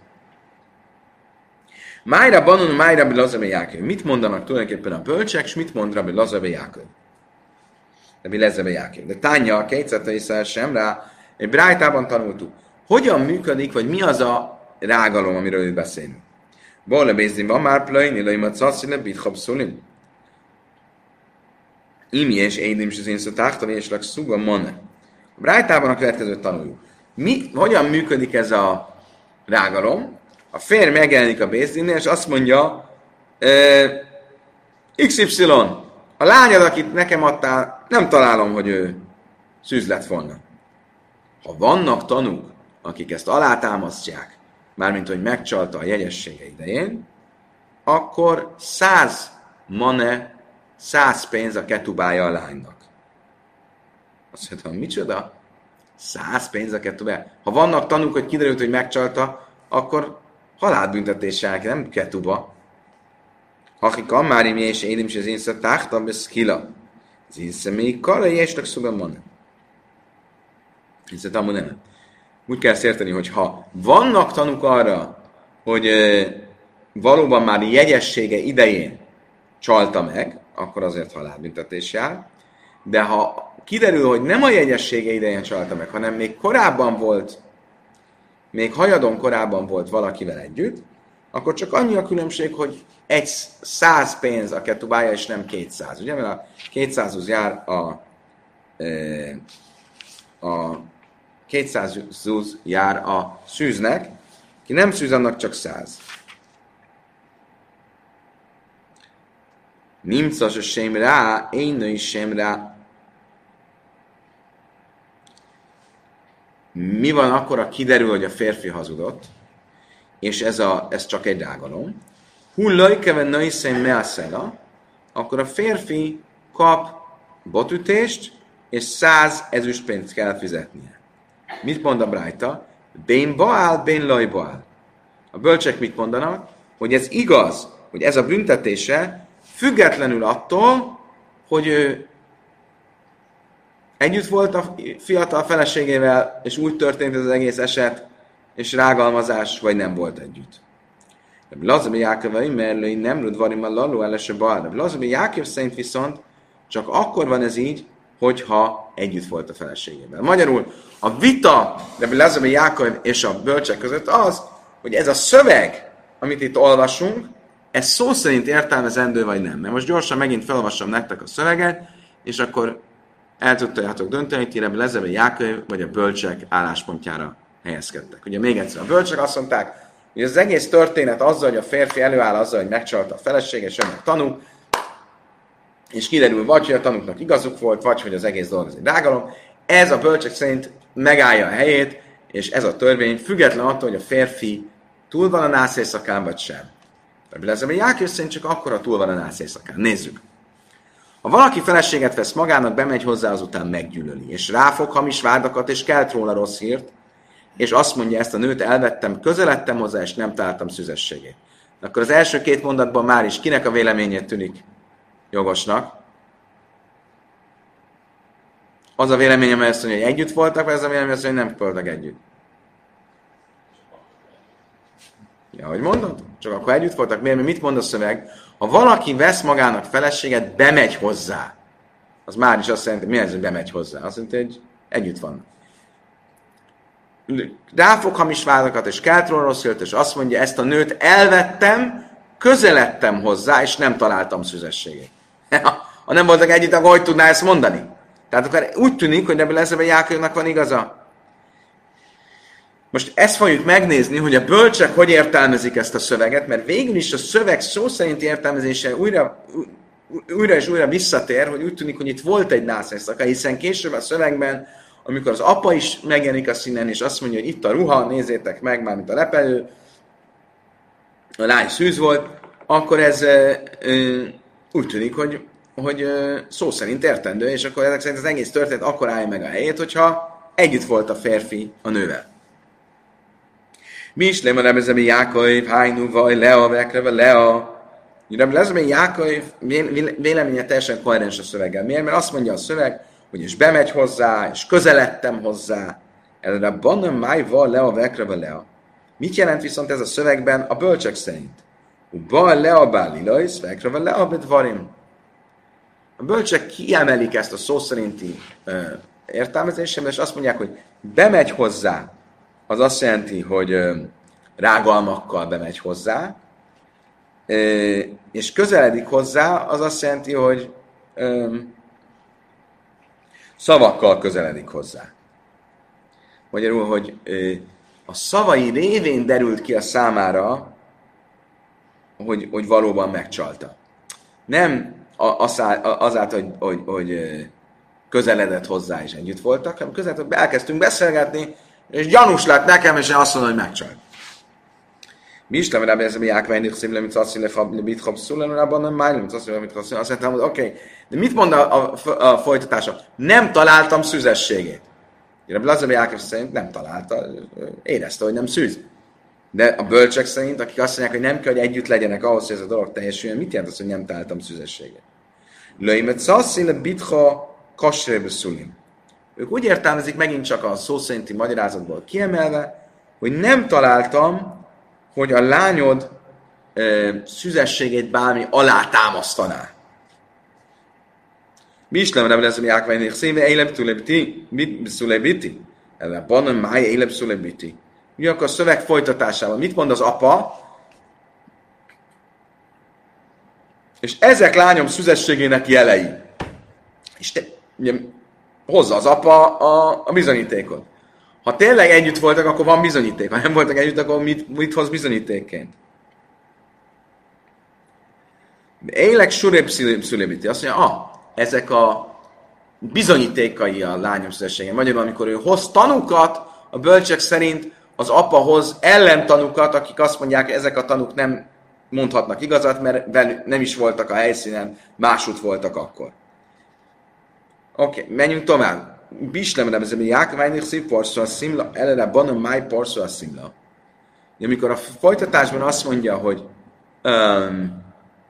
Májra banon, májra Rabbi Lazar ben Jákov. Mit mondanak tulajdonképpen a bölcsek, és mit mond Rabbi Lazar ben Jákov? Rabbi Lazar ben Jákov. De Tánya, a kétszerte iszel sem rá, egy brájtában tanultuk. Hogyan működik, vagy mi az a rágalom, amiről itt beszélünk? Bolle bézdinban már plöjni, lejmat szaszile, bitchapszulim. Imi és édim se színszó táhtani, és lak szuga mone. A brájtában a következőt tanuljuk. Mi, hogyan működik ez a rágalom? A férj megjelenik a bézdinnél, és azt mondja, e, iksz ipszilon, a lányod, akit nekem adtál, nem találom, hogy ő szűz lett volna. Ha vannak tanúk, akik ezt alátámasztják, mármint, hogy megcsalta a jegyessége idején, akkor száz mane, száz pénz a ketubája a lánynak. Azt mondtam, micsoda? Száz pénz a ketubája? Ha vannak tanúk, hogy kiderült, hogy megcsalta, akkor halálbüntetéssel, nem ketuba. Aki kamárim és édim és az insze táhtam, ez kila. Az insze még kalai és tak szuga mane. Insze tamu nem. Úgy kell ezt érteni, hogy ha vannak tanúk arra, hogy e, valóban már jegyessége idején csalta meg, akkor azért halálbüntetés jár. De ha kiderül, hogy nem a jegyessége idején csalta meg, hanem még korábban volt, még hajadon korábban volt valakivel együtt, akkor csak annyi a különbség, hogy egy száz pénz a ketubája, és nem kétszáz. Ugye, mert a kétszázhoz jár a, e, a kétszáz zúz jár a szűznek, ki nem szűz, annak csak száz. Nimcas a sem rá, én nő is sem rá. Mi van akkor, ha kiderül, hogy a férfi hazudott, és ez, a, ez csak egy rágalom? Hullajkeven nőiszem meászela, akkor a férfi kap botütést, és száz ezüstpénzt kell fizetnie. Mit mond a brájta? Bén baál, bén laj baál. A bölcsek mit mondanak? Hogy ez igaz, hogy ez a büntetése függetlenül attól, hogy ő együtt volt a fiatal feleségével, és úgy történt ez az egész eset, és rágalmazás, vagy nem volt együtt. Lazabi Jákov, mert nem rudvarim a laló elese balra. Lazabi Jákov szerint viszont csak akkor van ez így, hogyha együtt volt a feleségével. Magyarul a vita Lazabi Jákov és a bölcsek között az, hogy ez a szöveg, amit itt olvasunk, ez szó szerint értelmezendő vagy nem. Mert most gyorsan megint felolvasom nektek a szöveget, és akkor el tudjátok dönteni, hogy ti Lazabi Jákov vagy a bölcsek álláspontjára helyezkedtek. Ugye még egyszer, a bölcsek azt mondták, hogy az egész történet azzal, hogy a férfi előáll azzal, hogy megcsalta a felesége, és jönnek tanúk, és kiderül vagy, hogy a tanúknak igazuk volt, vagy hogy az egész dolog az egy rágalom. Ez a bölcsek szerint megállja a helyét, és ez a törvény független attól, hogy a férfi túl van a nász éjszakán, vagy sem. Ez a Jákov szerint csak akkor, ha túl van a nász éjszakán. Nézzük. Ha valaki feleséget vesz magának, bemegy hozzá, azután meggyűlöli, és ráfog hamis vádakat, és kelt róla rossz hírt, és azt mondja, ezt a nőt elvettem, közeledtem hozzá, és nem találtam szüzességét. Akkor az első két mondatban már is kinek a véleményét tűnik jogosnak? Az a véleményem, hogy azt mondja, hogy együtt voltak, vagy az a véleményem, hogy nem voltak együtt? Ja, hogy mondod? Csak akkor együtt voltak. Miért? Mit mond a szöveg? Ha valaki vesz magának feleséget, bemegy hozzá. Az már is azt jelenti, mi ez, hogy bemegy hozzá? Azt jelenti, hogy együtt vannak. Ráfog hamis vádakat, és kelt róla rossz hírt, és azt mondja, ezt a nőt elvettem, közeledtem hozzá, és nem találtam szüzességét. Ha nem voltak együtt, akkor hogy tudná ezt mondani? Tehát akkor úgy tűnik, hogy ebből ezzel a Jákovnak van igaza. Most ezt fogjuk megnézni, hogy a bölcsek hogy értelmezik ezt a szöveget, mert végül is a szöveg szó szerinti értelmezése újra, újra és újra visszatér, hogy úgy tűnik, hogy itt volt egy nászészaka, hiszen később a szövegben, amikor az apa is megjelenik a színen, és azt mondja, hogy itt a ruha, nézzétek meg, mármint a lepelő, a lány szűz volt, akkor ez ö, ö, úgy tűnik, hogy, hogy ö, szó szerint értendő, és akkor ezek szerint az egész történet akkor állja meg a helyét, hogyha együtt volt a férfi a nővel. Mi is lemon Rebbe Jákov, Hájnu, Vaj, Lea, Vekreve, Lea. Rebbe Jákov véleménye teljesen koherens a szöveggel. Miért? Mert azt mondja a szöveg, hogy és bemegy hozzá, és közeledtem hozzá. Erre Bannem Májva, Lea, Vekreve, Lea. Mit jelent viszont ez a szövegben a bölcsek szerint? Ba Lea Bálilajsz, Vekreve, Lea, Bedvarim. A bölcsek kiemelik ezt a szó szerinti uh, értelmezésében, és azt mondják, hogy bemegy hozzá, az azt jelenti, hogy ö, rágalmakkal bemegy hozzá, ö, és közeledik hozzá, az azt jelenti, hogy ö, szavakkal közeledik hozzá. Magyarul, hogy ö, a szavai révén derült ki a számára, hogy, hogy valóban megcsalta. Nem azáltal, hogy, hogy, hogy közeledett hozzá és együtt voltak, hanem közeledt, hogy elkezdtünk beszélgetni, és gyanús lett nekem, és én azt mondom, hogy megcsalt. Mi is nem rá, ez a Jákvány, szívle, mint azt mondja, hogy mit kapsz szólani, abban nem májlom, mint azt mondja, mit kapsz azt mondtam, hogy oké, okay. De mit mond a, a, a folytatása? Nem találtam szüzességét. Lazabi Jákov szerint nem találta, érezte, hogy nem szűz. De a bölcsek szerint, akik azt mondják, hogy nem kell, hogy együtt legyenek ahhoz, hogy ez a dolog teljesüljön, mit jelent az, hogy nem találtam szüzességét? Löjmet szasszile bitha kasrébe szulim. Ők úgy értelmezik megint csak a szó szerinti magyarázatból kiemelve, hogy nem találtam, hogy a lányod ö, szüzességét bármi alátámasztaná. Mi is lemre lesz, hogy Jákvány széve, élep szulebiti, szulebiti, ellen banan máj élep szulebiti. Ugye akkor a szöveg folytatásában mit mond az apa? És ezek lányom szüzességének jelei. És te, ugye, hozza az apa a, a bizonyítékot. Ha tényleg együtt voltak, akkor van bizonyíték. Ha nem voltak együtt, akkor mit, mit hoz bizonyítékként? Élek surébb szülébíti. Azt mondja, ah, ezek a bizonyítékai a lányom szüzességén. Magyarul, amikor ő hoz tanúkat, a bölcsek szerint az apa hoz ellentanúkat, akik azt mondják, hogy ezek a tanúk nem mondhatnak igazat, mert velük nem is voltak a helyszínen, másút voltak akkor. Oké, okay, menjünk tovább. Bislem remezem, Jákvány szív porszó a szimla, elere banom máj porszó a szimla. Amikor a folytatásban azt mondja, hogy um,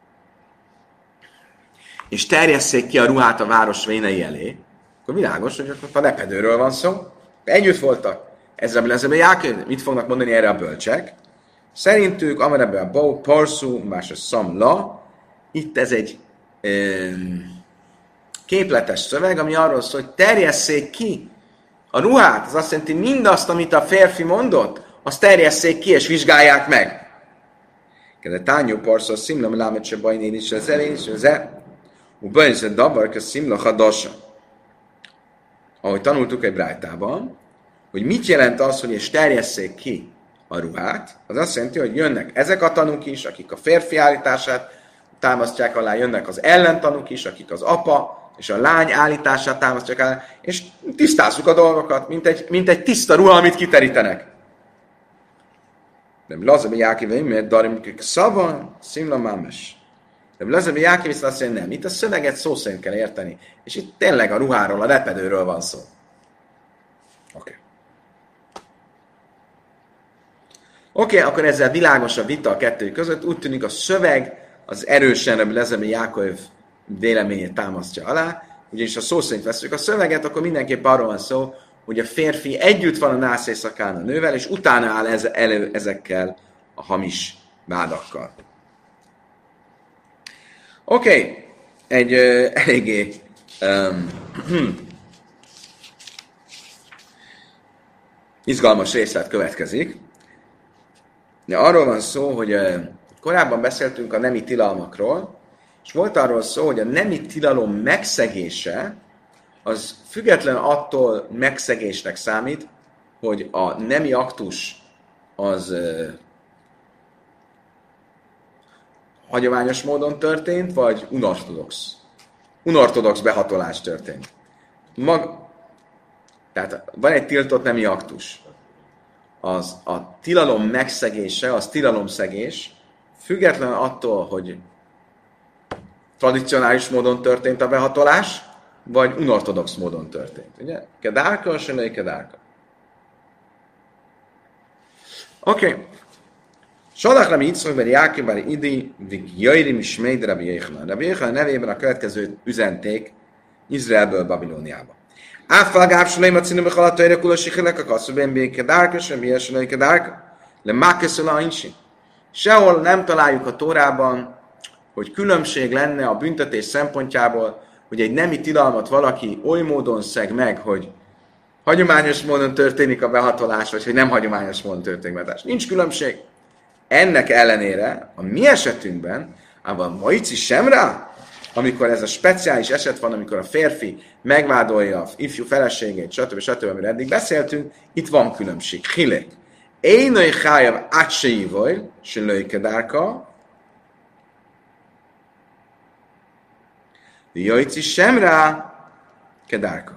és terjesszék ki a ruhát a város vénei elé, akkor világos, hogy akkor a lepedőről van szó. Együtt voltak. Ezzel lesz a Jákov. Mit fognak mondani erre a bölcsek? Szerintük, amerebe a bau, parszú, más a szamla, itt ez egy um, képletes szöveg, ami arról szól, hogy terjesszék ki a ruhát, az azt jelenti, mindazt, amit a férfi mondott, azt terjesszék ki és vizsgálják meg. Kedve tányó parszó, szimla, lámet se bajnél is, az elén is, az el. Ubajn se davar, a szimla hadasa. Ahogy tanultuk egy brájtában, hogy mit jelent az, hogy és terjesszék ki a ruhát, az azt jelenti, hogy jönnek ezek a tanúk is, akik a férfi állítását támasztják alá, jönnek az ellentanúk is, akik az apa és a lány állítását támasztják alá, és tisztázzuk a dolgokat, mint egy, mint egy tiszta ruha, amit kiterítenek. De Lazabi Jákiv, mert darim szava, szimla mámes. De Lazabi Jákiv azt mondja, nem, itt a szöveget szó szerint kell érteni, és itt tényleg a ruháról, a lepedőről van szó. Oké. Okay. Oké, okay, akkor ezzel világos a vita a kettő között. Úgy tűnik a szöveg az erősen Rabbi Lezer ben Jákov véleményét támasztja alá. Ugyanis ha szó szerint veszük a szöveget, akkor mindenképp arról van szó, hogy a férfi együtt van a nász éjszakán a nővel, és utána áll ez, elő ezekkel a hamis vádakkal. Oké, okay. Egy uh, eléggé um, izgalmas részlet következik. De arról van szó, hogy uh, korábban beszéltünk a nemi tilalmakról, és volt arról szó, hogy a nemi tilalom megszegése az független attól megszegésnek számít, hogy a nemi aktus az uh, hagyományos módon történt, vagy unortodox. Unortodox behatolás történt. Mag... Tehát van egy tiltott nemi aktus. Az a tilalom megszegése, az tilalomszegés, független attól, hogy tradicionális módon történt a behatolás, vagy unortodox módon történt. Ugye? Kedárka, sönöi kedárka. Oké. Okay. Salach Rabbi Yitzchak ben Jákib ben Idi, vig Jairim Ismeid Rabbi Yechanan. Rabbi Yechanan nevében a következő üzenték Izraelből Babilóniába. Áfal gápsulaim a cínu bechalat tajra kulosik a kasszubén békedárka, sem ilyesülői kedárka, le mákeszül a incsi. Sehol nem találjuk a Tórában, hogy különbség lenne a büntetés szempontjából, hogy egy nemi tilalmat valaki oly módon szeg meg, hogy hagyományos módon történik a behatolás, vagy hogy nem hagyományos módon történik a behatolás. Nincs különbség. Ennek ellenére, a mi esetünkben, ában Maici sem rá, amikor ez a speciális eset van, amikor a férfi megvádolja a ifjú feleségét, stb. stb. Amiről eddig beszéltünk, itt van különbség. Hilek. Énai chájav átsejivoj, se löjkedárka, Jajci sem rá, kedárka.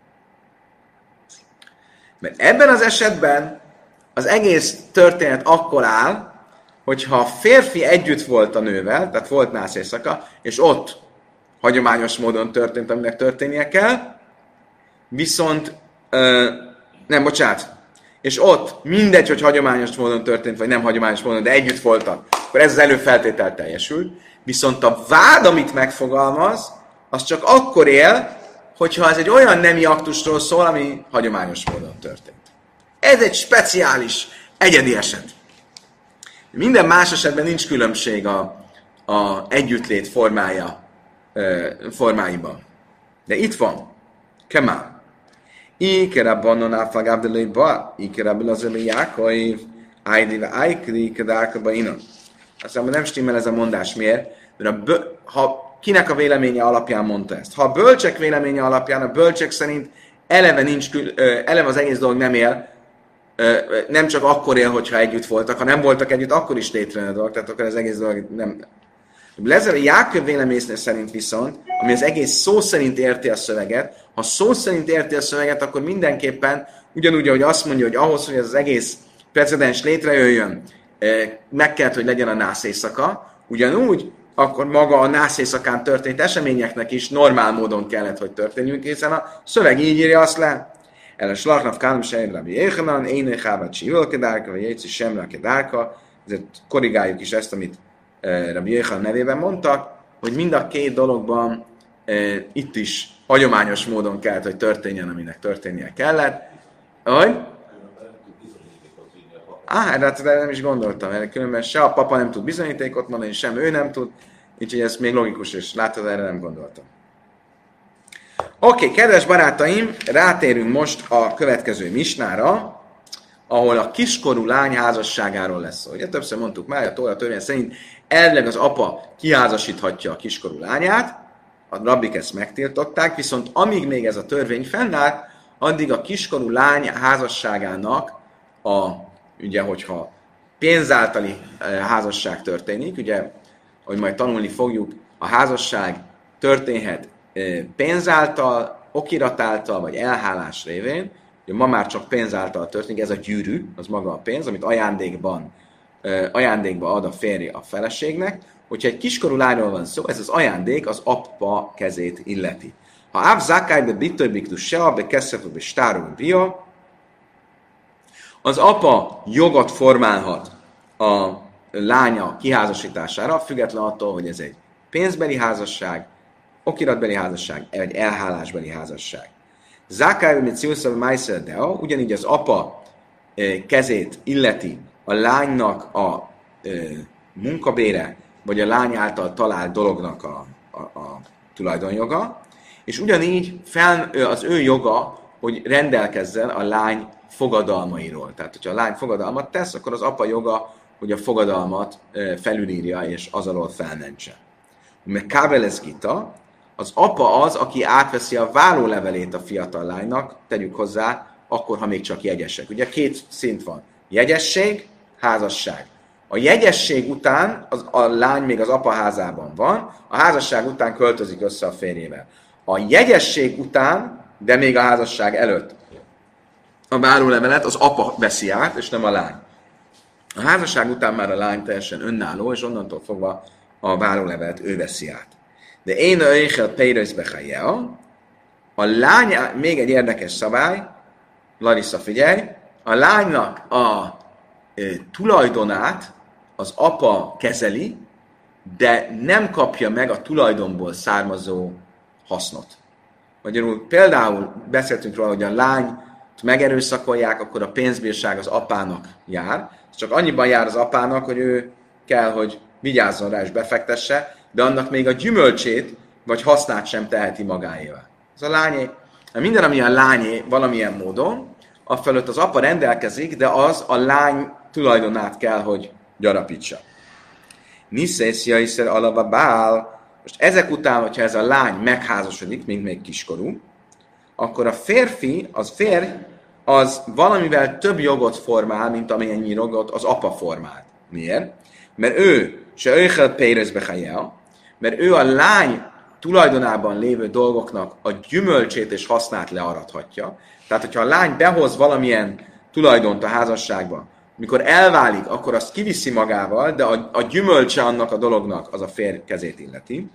Mert ebben az esetben az egész történet akkor áll, hogyha a férfi együtt volt a nővel, tehát volt nász éjszaka, és ott hagyományos módon történt, aminek történnie kell, viszont, ö, nem, bocsánat, és ott mindegy, hogy hagyományos módon történt, vagy nem hagyományos módon, de együtt voltak, akkor ez az előfeltétel teljesül, viszont a vád, amit megfogalmaz, az csak akkor él, hogyha ez egy olyan nemi aktusról szól, ami hagyományos módon történt. Ez egy speciális, egyedi eset. Minden más esetben nincs különbség a, a együttlét formája, formáiban. De itt van. Kemá. Ikera bannon áflagábdelői ba, ikera bilazeli jákaiv, ájdive ájkri, kedárkaba inon. Aztán nem stimmel ez a mondás, miért? Mert a bö- ha kinek a véleménye alapján mondta ezt? Ha a bölcsek véleménye alapján, a bölcsek szerint eleve, nincs, eleve az egész dolog nem él, nem csak akkor él, hogyha együtt voltak, ha nem voltak együtt, akkor is létrejön a dolog, tehát akkor az egész dolog nem... Lezer Jákob véleménye szerint viszont, ami az egész szó szerint érti a szöveget, ha szó szerint érti a szöveget, akkor mindenképpen ugyanúgy, ahogy azt mondja, hogy ahhoz, hogy ez az egész precedens létrejöjjön, meg kell, hogy legyen a nász éjszaka, ugyanúgy, akkor maga a nász éjszakán történt eseményeknek is normál módon kellett, hogy történjünk, hiszen a szöveg így írja azt le. El a slachnaf kálom sejm Rabbi Yechanan, énő chávat csívol kedárka, vagy jéci semra kedárka, ezért korrigáljuk is ezt, amit uh, Rabbi Yechanan nevében mondtak, hogy mind a két dologban uh, itt is hagyományos módon kellett, hogy történjen, aminek történnie kellett. Ahogy? Á, erre hát nem is gondoltam, mert különben se a papa nem tud bizonyítékot mondani, sem ő nem tud, úgyhogy ez még logikus, és látod, erre nem gondoltam. Oké, okay, kedves barátaim, rátérünk most a következő misnára, ahol a kiskorú lány házasságáról lesz szó. Ugye többször mondtuk már, a Tóra törvény szerint elvileg az apa kiházasíthatja a kiskorú lányát, a rabbik ezt megtiltották, viszont amíg még ez a törvény fennáll, addig a kiskorú lány házasságának a, ugye, hogyha pénzáltali házasság történik, ugye, hogy majd tanulni fogjuk, a házasság történhet pénzáltal, okirat által, vagy elhálás révén, ugye ma már csak pénz által történik, ez a gyűrű, az maga a pénz, amit ajándékban, ajándékba ad a férje a feleségnek. Hogyha egy kiskorú lányról van szó, ez az ajándék az apa kezét illeti. Ha áv zákálybe bitőbiktus se, be keszefbe stáró bia, az apa jogot formálhat a lánya kiházasítására, független attól, hogy ez egy pénzbeli házasság, okiratbeli házasság, vagy elhálásbeli házasság. Zákálybe mit szilszav májszer dea, ugyanígy az apa kezét illeti a lánynak a munkabére, vagy a lány által talált dolognak a, a, a tulajdonjoga, és ugyanígy fel, az ő joga, hogy rendelkezzen a lány fogadalmairól. Tehát, hogyha a lány fogadalmat tesz, akkor az apa joga, hogy a fogadalmat felülírja, és az alól felmentse. Mert kábelez gita, az apa az, aki átveszi a vállólevelét a fiatal lánynak, tegyük hozzá, akkor, ha még csak jegyesek. Ugye két szint van. Jegyesség, házasság. A jegyesség után az, a lány még az apa házában van, a házasság után költözik össze a férjével. A jegyesség után, de még a házasság előtt a vállólevelet az apa veszi át, és nem a lány. A házasság után már a lány teljesen önálló, és onnantól fogva a vállólevelet ő veszi át. De én a Eichel Peirizbechajea, a lány, még egy érdekes szabály, Larissa, figyelj, a lánynak a e, tulajdonát az apa kezeli, de nem kapja meg a tulajdonból származó hasznot. Magyarul például beszéltünk róla, hogy a lányt megerőszakolják, akkor a pénzbírság az apának jár. Csak annyiban jár az apának, hogy ő kell, hogy vigyázzon rá és befektesse, de annak még a gyümölcsét vagy hasznát sem teheti magáével. Ez a lányé. Minden, ami a lányé valamilyen módon, afelőtt az apa rendelkezik, de az a lány tulajdonát kell, hogy gyarapítsa. Niszészia iszer alava bál. Most ezek után, hogyha ez a lány megházasodik, mint még kiskorú, akkor a férfi, az férj, az valamivel több jogot formál, mint amennyi jogot az apa formált. Miért? Mert ő se Eichel Peirizbechajea, mert ő a lány tulajdonában lévő dolgoknak a gyümölcsét és hasznát learathatja. Tehát, hogyha a lány behoz valamilyen tulajdont a házasságba, mikor elválik, akkor azt kiviszi magával, de a, a gyümölcse annak a dolognak az a férj kezét illeti.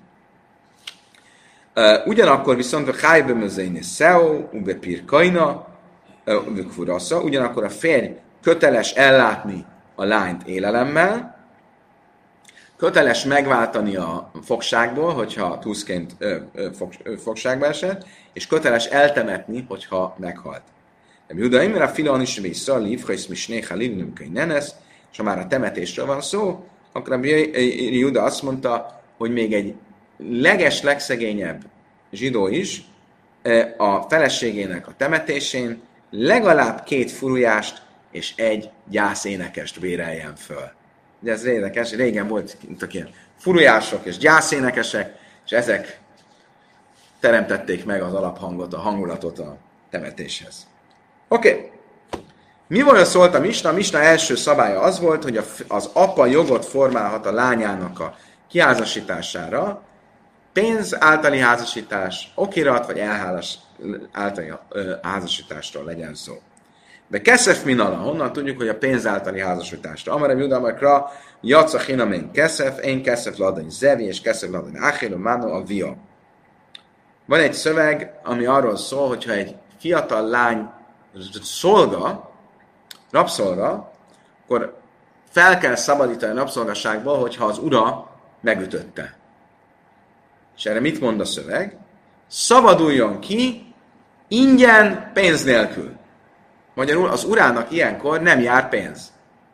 Uh, ugyanakkor viszont a chájbe mözéni szeo, ube pirkaina, uh, ugyanakkor a férj köteles ellátni a lányt élelemmel, köteles megváltani a fogságból, hogyha túszként ö, ö, fog, ö, fogságba esett, és köteles eltemetni, hogyha meghalt. De Júda Imre Filon is vissza, Livhajsz Misnéha Livnümköny Nenesz, és ha már a temetésről van szó, akkor a Júda azt mondta, hogy még egy leges, legszegényebb zsidó is a feleségének a temetésén legalább két furujást és egy gyászénekest béreljen föl. Ugye ez érdekes, régen voltak ilyen furujások és gyászénekesek, és ezek teremtették meg az alaphangot, a hangulatot a temetéshez. Oké. Okay. Mi volt szólt a misna? A misna első szabálya az volt, hogy az apa jogot formálhat a lányának a kiházasítására, pénz általi házasítás, okirat vagy elhálás általi házasításról legyen szó. De keszef minala, honnan tudjuk, hogy a pénz általi házasításra. Amara Judamakra, Jaca Hinamén keszef, én keszef ladany zevi, és keszef ladany áhélu, máno a via. Van egy szöveg, ami arról szól, hogyha egy fiatal lány szolga, rabszolga, akkor fel kell szabadítani a rabszolgaságból, hogyha az ura megütötte. És erre mit mond a szöveg? Szabaduljon ki ingyen, pénz nélkül. Magyarul az urának ilyenkor nem jár pénz.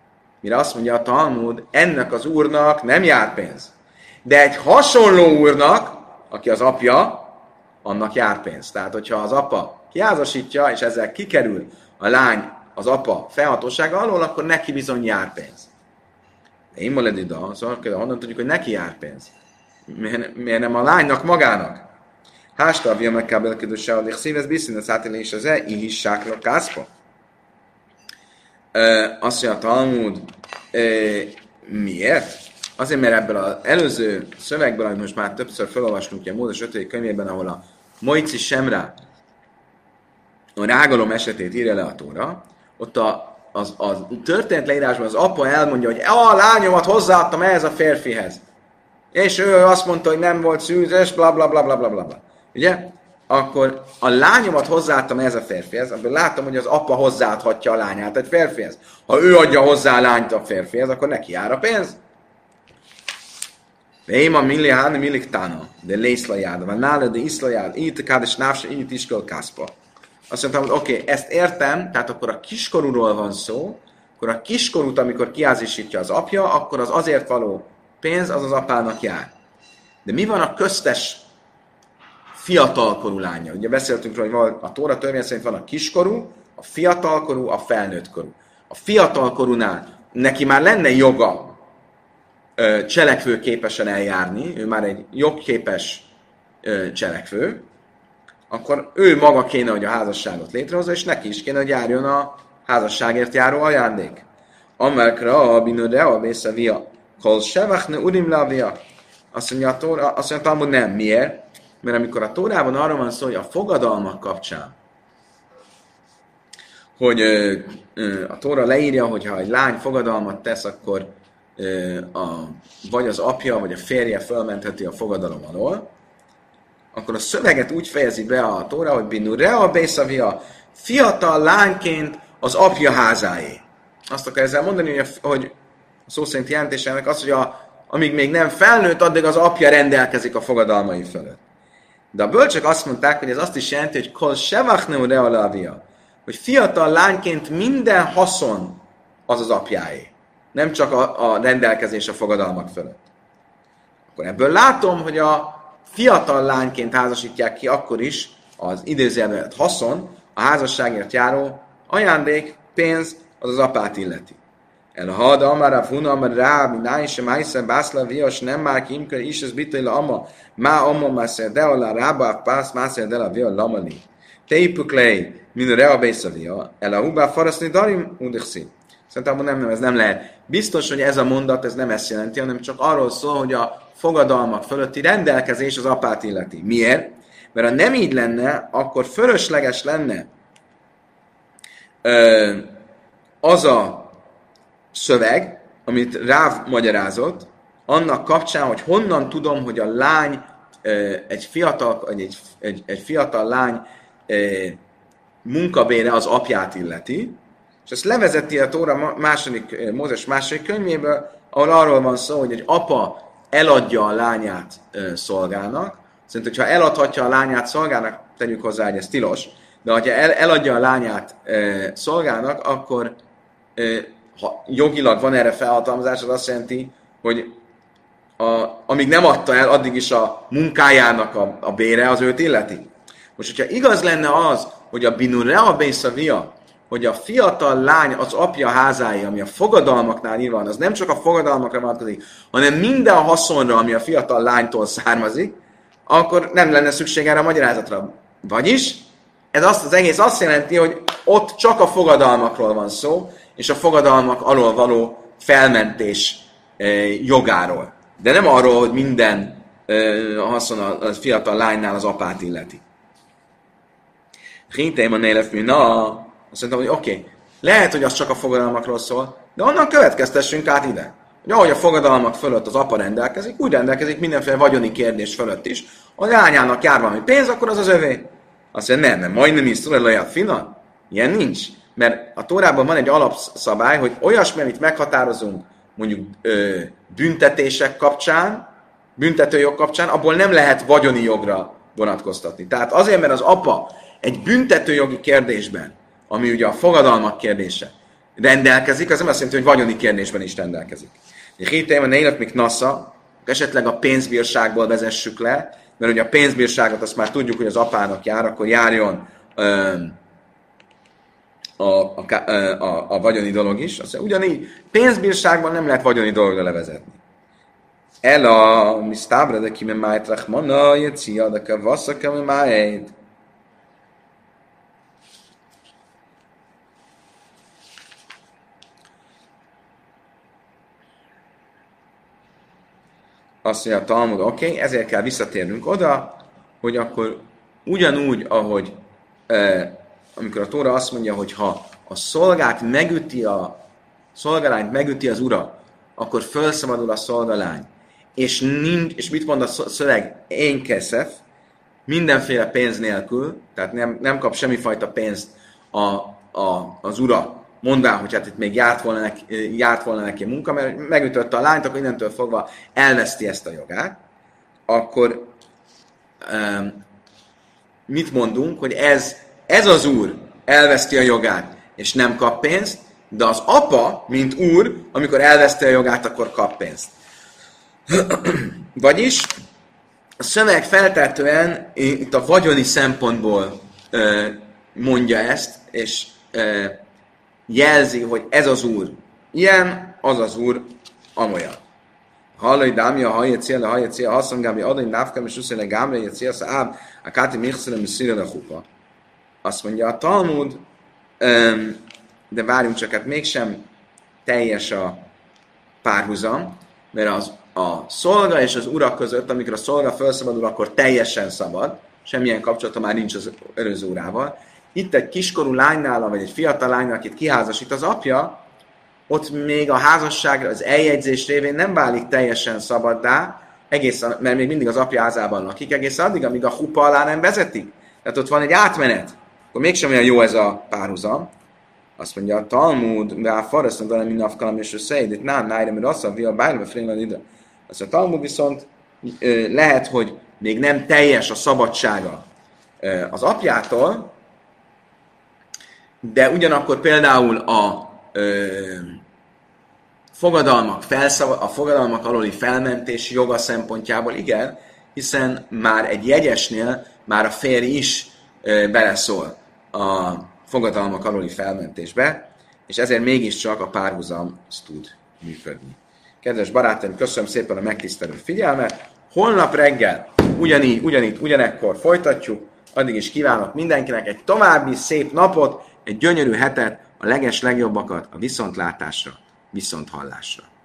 mire azt mondja a Talmud, ennek az úrnak nem jár pénz. De egy hasonló úrnak, aki az apja, annak jár pénz. Tehát, hogyha az apa kiházasítja, és ezzel kikerül a lány az apa felhatósága alól, akkor neki bizony jár pénz. De én moledida, szóval honnan tudjuk, hogy neki jár pénz? Miért, miért nem a lánynak magának? Hásta avja megkábelkedőse, hogy szívez biszín, az átélé is az e, ihissákra kászpa. Azt mondja a Talmud, miért? Azért, mert ebből az előző szövegből, amit most már többször felolvastunk, ugye a Mózes ötödik könyvében, ahol a Mojci Semra a rágalom esetét írja le a Tóra, ott a, az, az történt leírásban az apa elmondja, hogy a lányomat hozzáadtam ehhez a férfihez. És ő azt mondta, hogy nem volt szűzes, bla bla bla bla bla bla. Ugye? Akkor a lányomat hozzáadtam ehhez a férfihez, abból látom, hogy az apa hozzáadhatja a lányát egy férfihez. Ha ő adja hozzá a lányt a férfihez, akkor neki jár a pénz. Véma milli háni millik tána, de lészlajád, van nála, de iszlajád, így kádes návse, így iskol kászpa. Azt mondtam, hogy oké, okay, ezt értem, tehát akkor a kiskorúról van szó, akkor a kiskorút, amikor kiázisítja az apja, akkor az azért való pénz, az az apának jár. De mi van a köztes fiatalkorú lánya? Ugye beszéltünk róla, hogy a Tóra törvény szerint van a kiskorú, a fiatalkorú, a felnőttkorú. A fiatalkorúnál neki már lenne joga cselekvőképesen eljárni, ő már egy jogképes cselekvő, akkor ő maga kéne, hogy a házasságot létrehozza, és neki is kéne, hogy járjon a házasságért járó ajándék. Amelkra a binőre a vészavia, kol sevachne urim lavia. Azt mondja a Tóra, azt mondja a Talmud, nem. Miért? Mert amikor a Tórában arról van szó, hogy a fogadalmak kapcsán, hogy ö, ö, a Tóra leírja, hogy ha egy lány fogadalmat tesz, akkor ö, a, vagy az apja, vagy a férje fölmentheti a fogadalom alól, akkor a szöveget úgy fejezi be a Tóra, hogy binu rea bészavia, fiatal lányként az apja házáé. Azt akar ezzel mondani, hogy a, hogy a szó szerint jelentésének az, hogy a, amíg még nem felnőtt, addig az apja rendelkezik a fogadalmai fölött. De a bölcsök azt mondták, hogy ez azt is jelenti, hogy kol sevachneu rea lavia, hogy fiatal lányként minden haszon az az apjáé. Nem csak a, a rendelkezés a fogadalmak fölött. Akkor ebből látom, hogy a fiatal lányként házasítják ki akkor is az idézőjelben haszon, a házasságért járó ajándék, pénz, az az apát illeti. El a hada, amara, funa, amara, rá, mi náj, sem, ájszem, bászla, vias, nem már ki, imkör, is, ez bitőle, ama, má, ama, mászer, de alá, rába, pász, mászer, de la, via, lamali. Teipuk lej, min a rea bészavia, el a hubá, faraszni, darim, udixi. Szerintem nem, nem, ez nem lehet. Biztos, hogy ez a mondat, ez nem ezt jelenti, hanem csak arról szól, hogy a fogadalmak fölötti rendelkezés az apát illeti. Miért? Mert ha nem így lenne, akkor fölösleges lenne ö, az a szöveg, amit Ráv magyarázott, annak kapcsán, hogy honnan tudom, hogy a lány, ö, egy, fiatal, egy, egy, egy fiatal lány ö, munkabére az apját illeti, és ezt levezeti a Tóra második, Mózes második könyvéből, ahol arról van szó, hogy egy apa eladja a lányát ö, szolgának. Szerintem, hogyha eladhatja a lányát szolgának, tegyük hozzá, hogy ez tilos, de ha el, eladja a lányát ö, szolgának, akkor ö, ha jogilag van erre felhatalmazás, az azt jelenti, hogy a, amíg nem adta el, addig is a munkájának a, a bére az őt illeti. Most, hogyha igaz lenne az, hogy a binurea bészavia, hogy a fiatal lány az apja házáé, ami a fogadalmaknál írva van, az nem csak a fogadalmakra vonatkozik, hanem minden haszonra, ami a fiatal lánytól származik, akkor nem lenne szükség erre a magyarázatra. Vagyis ez azt az egész azt jelenti, hogy ott csak a fogadalmakról van szó, és a fogadalmak alól való felmentés e, jogáról. De nem arról, hogy minden e, haszon a, a fiatal lánynál az apát illeti. Hintém a nélefű, na... Azt mondtam, hogy oké, okay, lehet, hogy az csak a fogadalmakról szól, de onnan következtessünk át ide. Hogy ahogy a fogadalmak fölött az apa rendelkezik, úgy rendelkezik mindenféle vagyoni kérdés fölött is. Ha a lányának jár valami pénz, akkor az az övé. Azt mondja, nem, nem, majdnem is szurelajá fina. Ilyen nincs. Mert a Tórában van egy alapszabály, hogy olyasmi, amit meghatározunk mondjuk ö, büntetések kapcsán, büntetőjog kapcsán, abból nem lehet vagyoni jogra vonatkoztatni. Tehát azért, mert az apa egy büntetőjogi kérdésben, ami ugye a fogadalmak kérdése, rendelkezik, az nem azt jelenti, hogy vagyoni kérdésben is rendelkezik. Hitem a nélet még nasza, esetleg a pénzbírságból vezessük le, mert ugye a pénzbírságot azt már tudjuk, hogy az apának jár, akkor járjon öm, a, a, a, a vagyoni dolog is. Azt mondja, ugyanígy pénzbírságban nem lehet vagyoni dologra levezetni. El a misztábra, de kime májt rachmana, jecia, de kavassza, keme májt. Azt mondja a Talmud, oké, okay, ezért kell visszatérnünk oda, hogy akkor ugyanúgy, ahogy eh, amikor a Tóra azt mondja, hogy ha a szolgát megüti a szolgalányt megüti az ura, akkor felszabadul a szolgalány. És, nincs, és mit mond a szöveg? Én keszef, mindenféle pénz nélkül, tehát nem, nem kap semmifajta pénzt a, a, az ura, mondván, hogy hát itt még járt volna neki, járt volna neki a munka, mert megütötte a lányt, akkor innentől fogva elveszti ezt a jogát, akkor um, mit mondunk, hogy ez, ez az úr elveszti a jogát, és nem kap pénzt, de az apa, mint úr, amikor elveszti a jogát, akkor kap pénzt. Vagyis a szöveg feltetően itt a vagyoni szempontból uh, mondja ezt, és uh, jelzi, hogy ez az úr ilyen, az az úr amolyan. Hallai dámja, hallja cél, hallja cél, haszongábi, adai návkem, és uszéle gámre, egy cél, száb, a káti mixelem, és szíre a hupa. Azt mondja a Talmud, um, de várjunk csak, hát mégsem teljes a párhuzam, mert az, a szolga és az ura között, amikor a szolga felszabadul, akkor teljesen szabad, semmilyen kapcsolata már nincs az előző urával. Itt egy kiskorú lánynál, vagy egy fiatal lánynál, akit kiházasít az apja, ott még a házasságra, az eljegyzés révén nem válik teljesen szabaddá, egészen, mert még mindig az apja házában lakik, egészen addig, amíg a hupa alá nem vezetik. Tehát ott van egy átmenet. Akkor mégsem olyan jó ez a párhuzam. Azt mondja a Talmud, de a farasztnak van, mint nafkalam és összeid, itt nem nájra, mert azt a via bárba frénlad ide. Azt a Talmud viszont lehet, hogy még nem teljes a szabadsága az apjától, de ugyanakkor például a ö, fogadalmak, felszava, a fogadalmak alóli felmentés joga szempontjából igen, hiszen már egy jegyesnél már a férj is ö, beleszól a fogadalmak alóli felmentésbe, és ezért mégiscsak a párhuzam az tud működni. Kedves barátaim, köszönöm szépen a megtisztelő figyelmet. Holnap reggel ugyanígy, ugyanígy, ugyanekkor folytatjuk. Addig is kívánok mindenkinek egy további szép napot, egy gyönyörű hetet, a leges legjobbakat a viszontlátásra, viszonthallásra.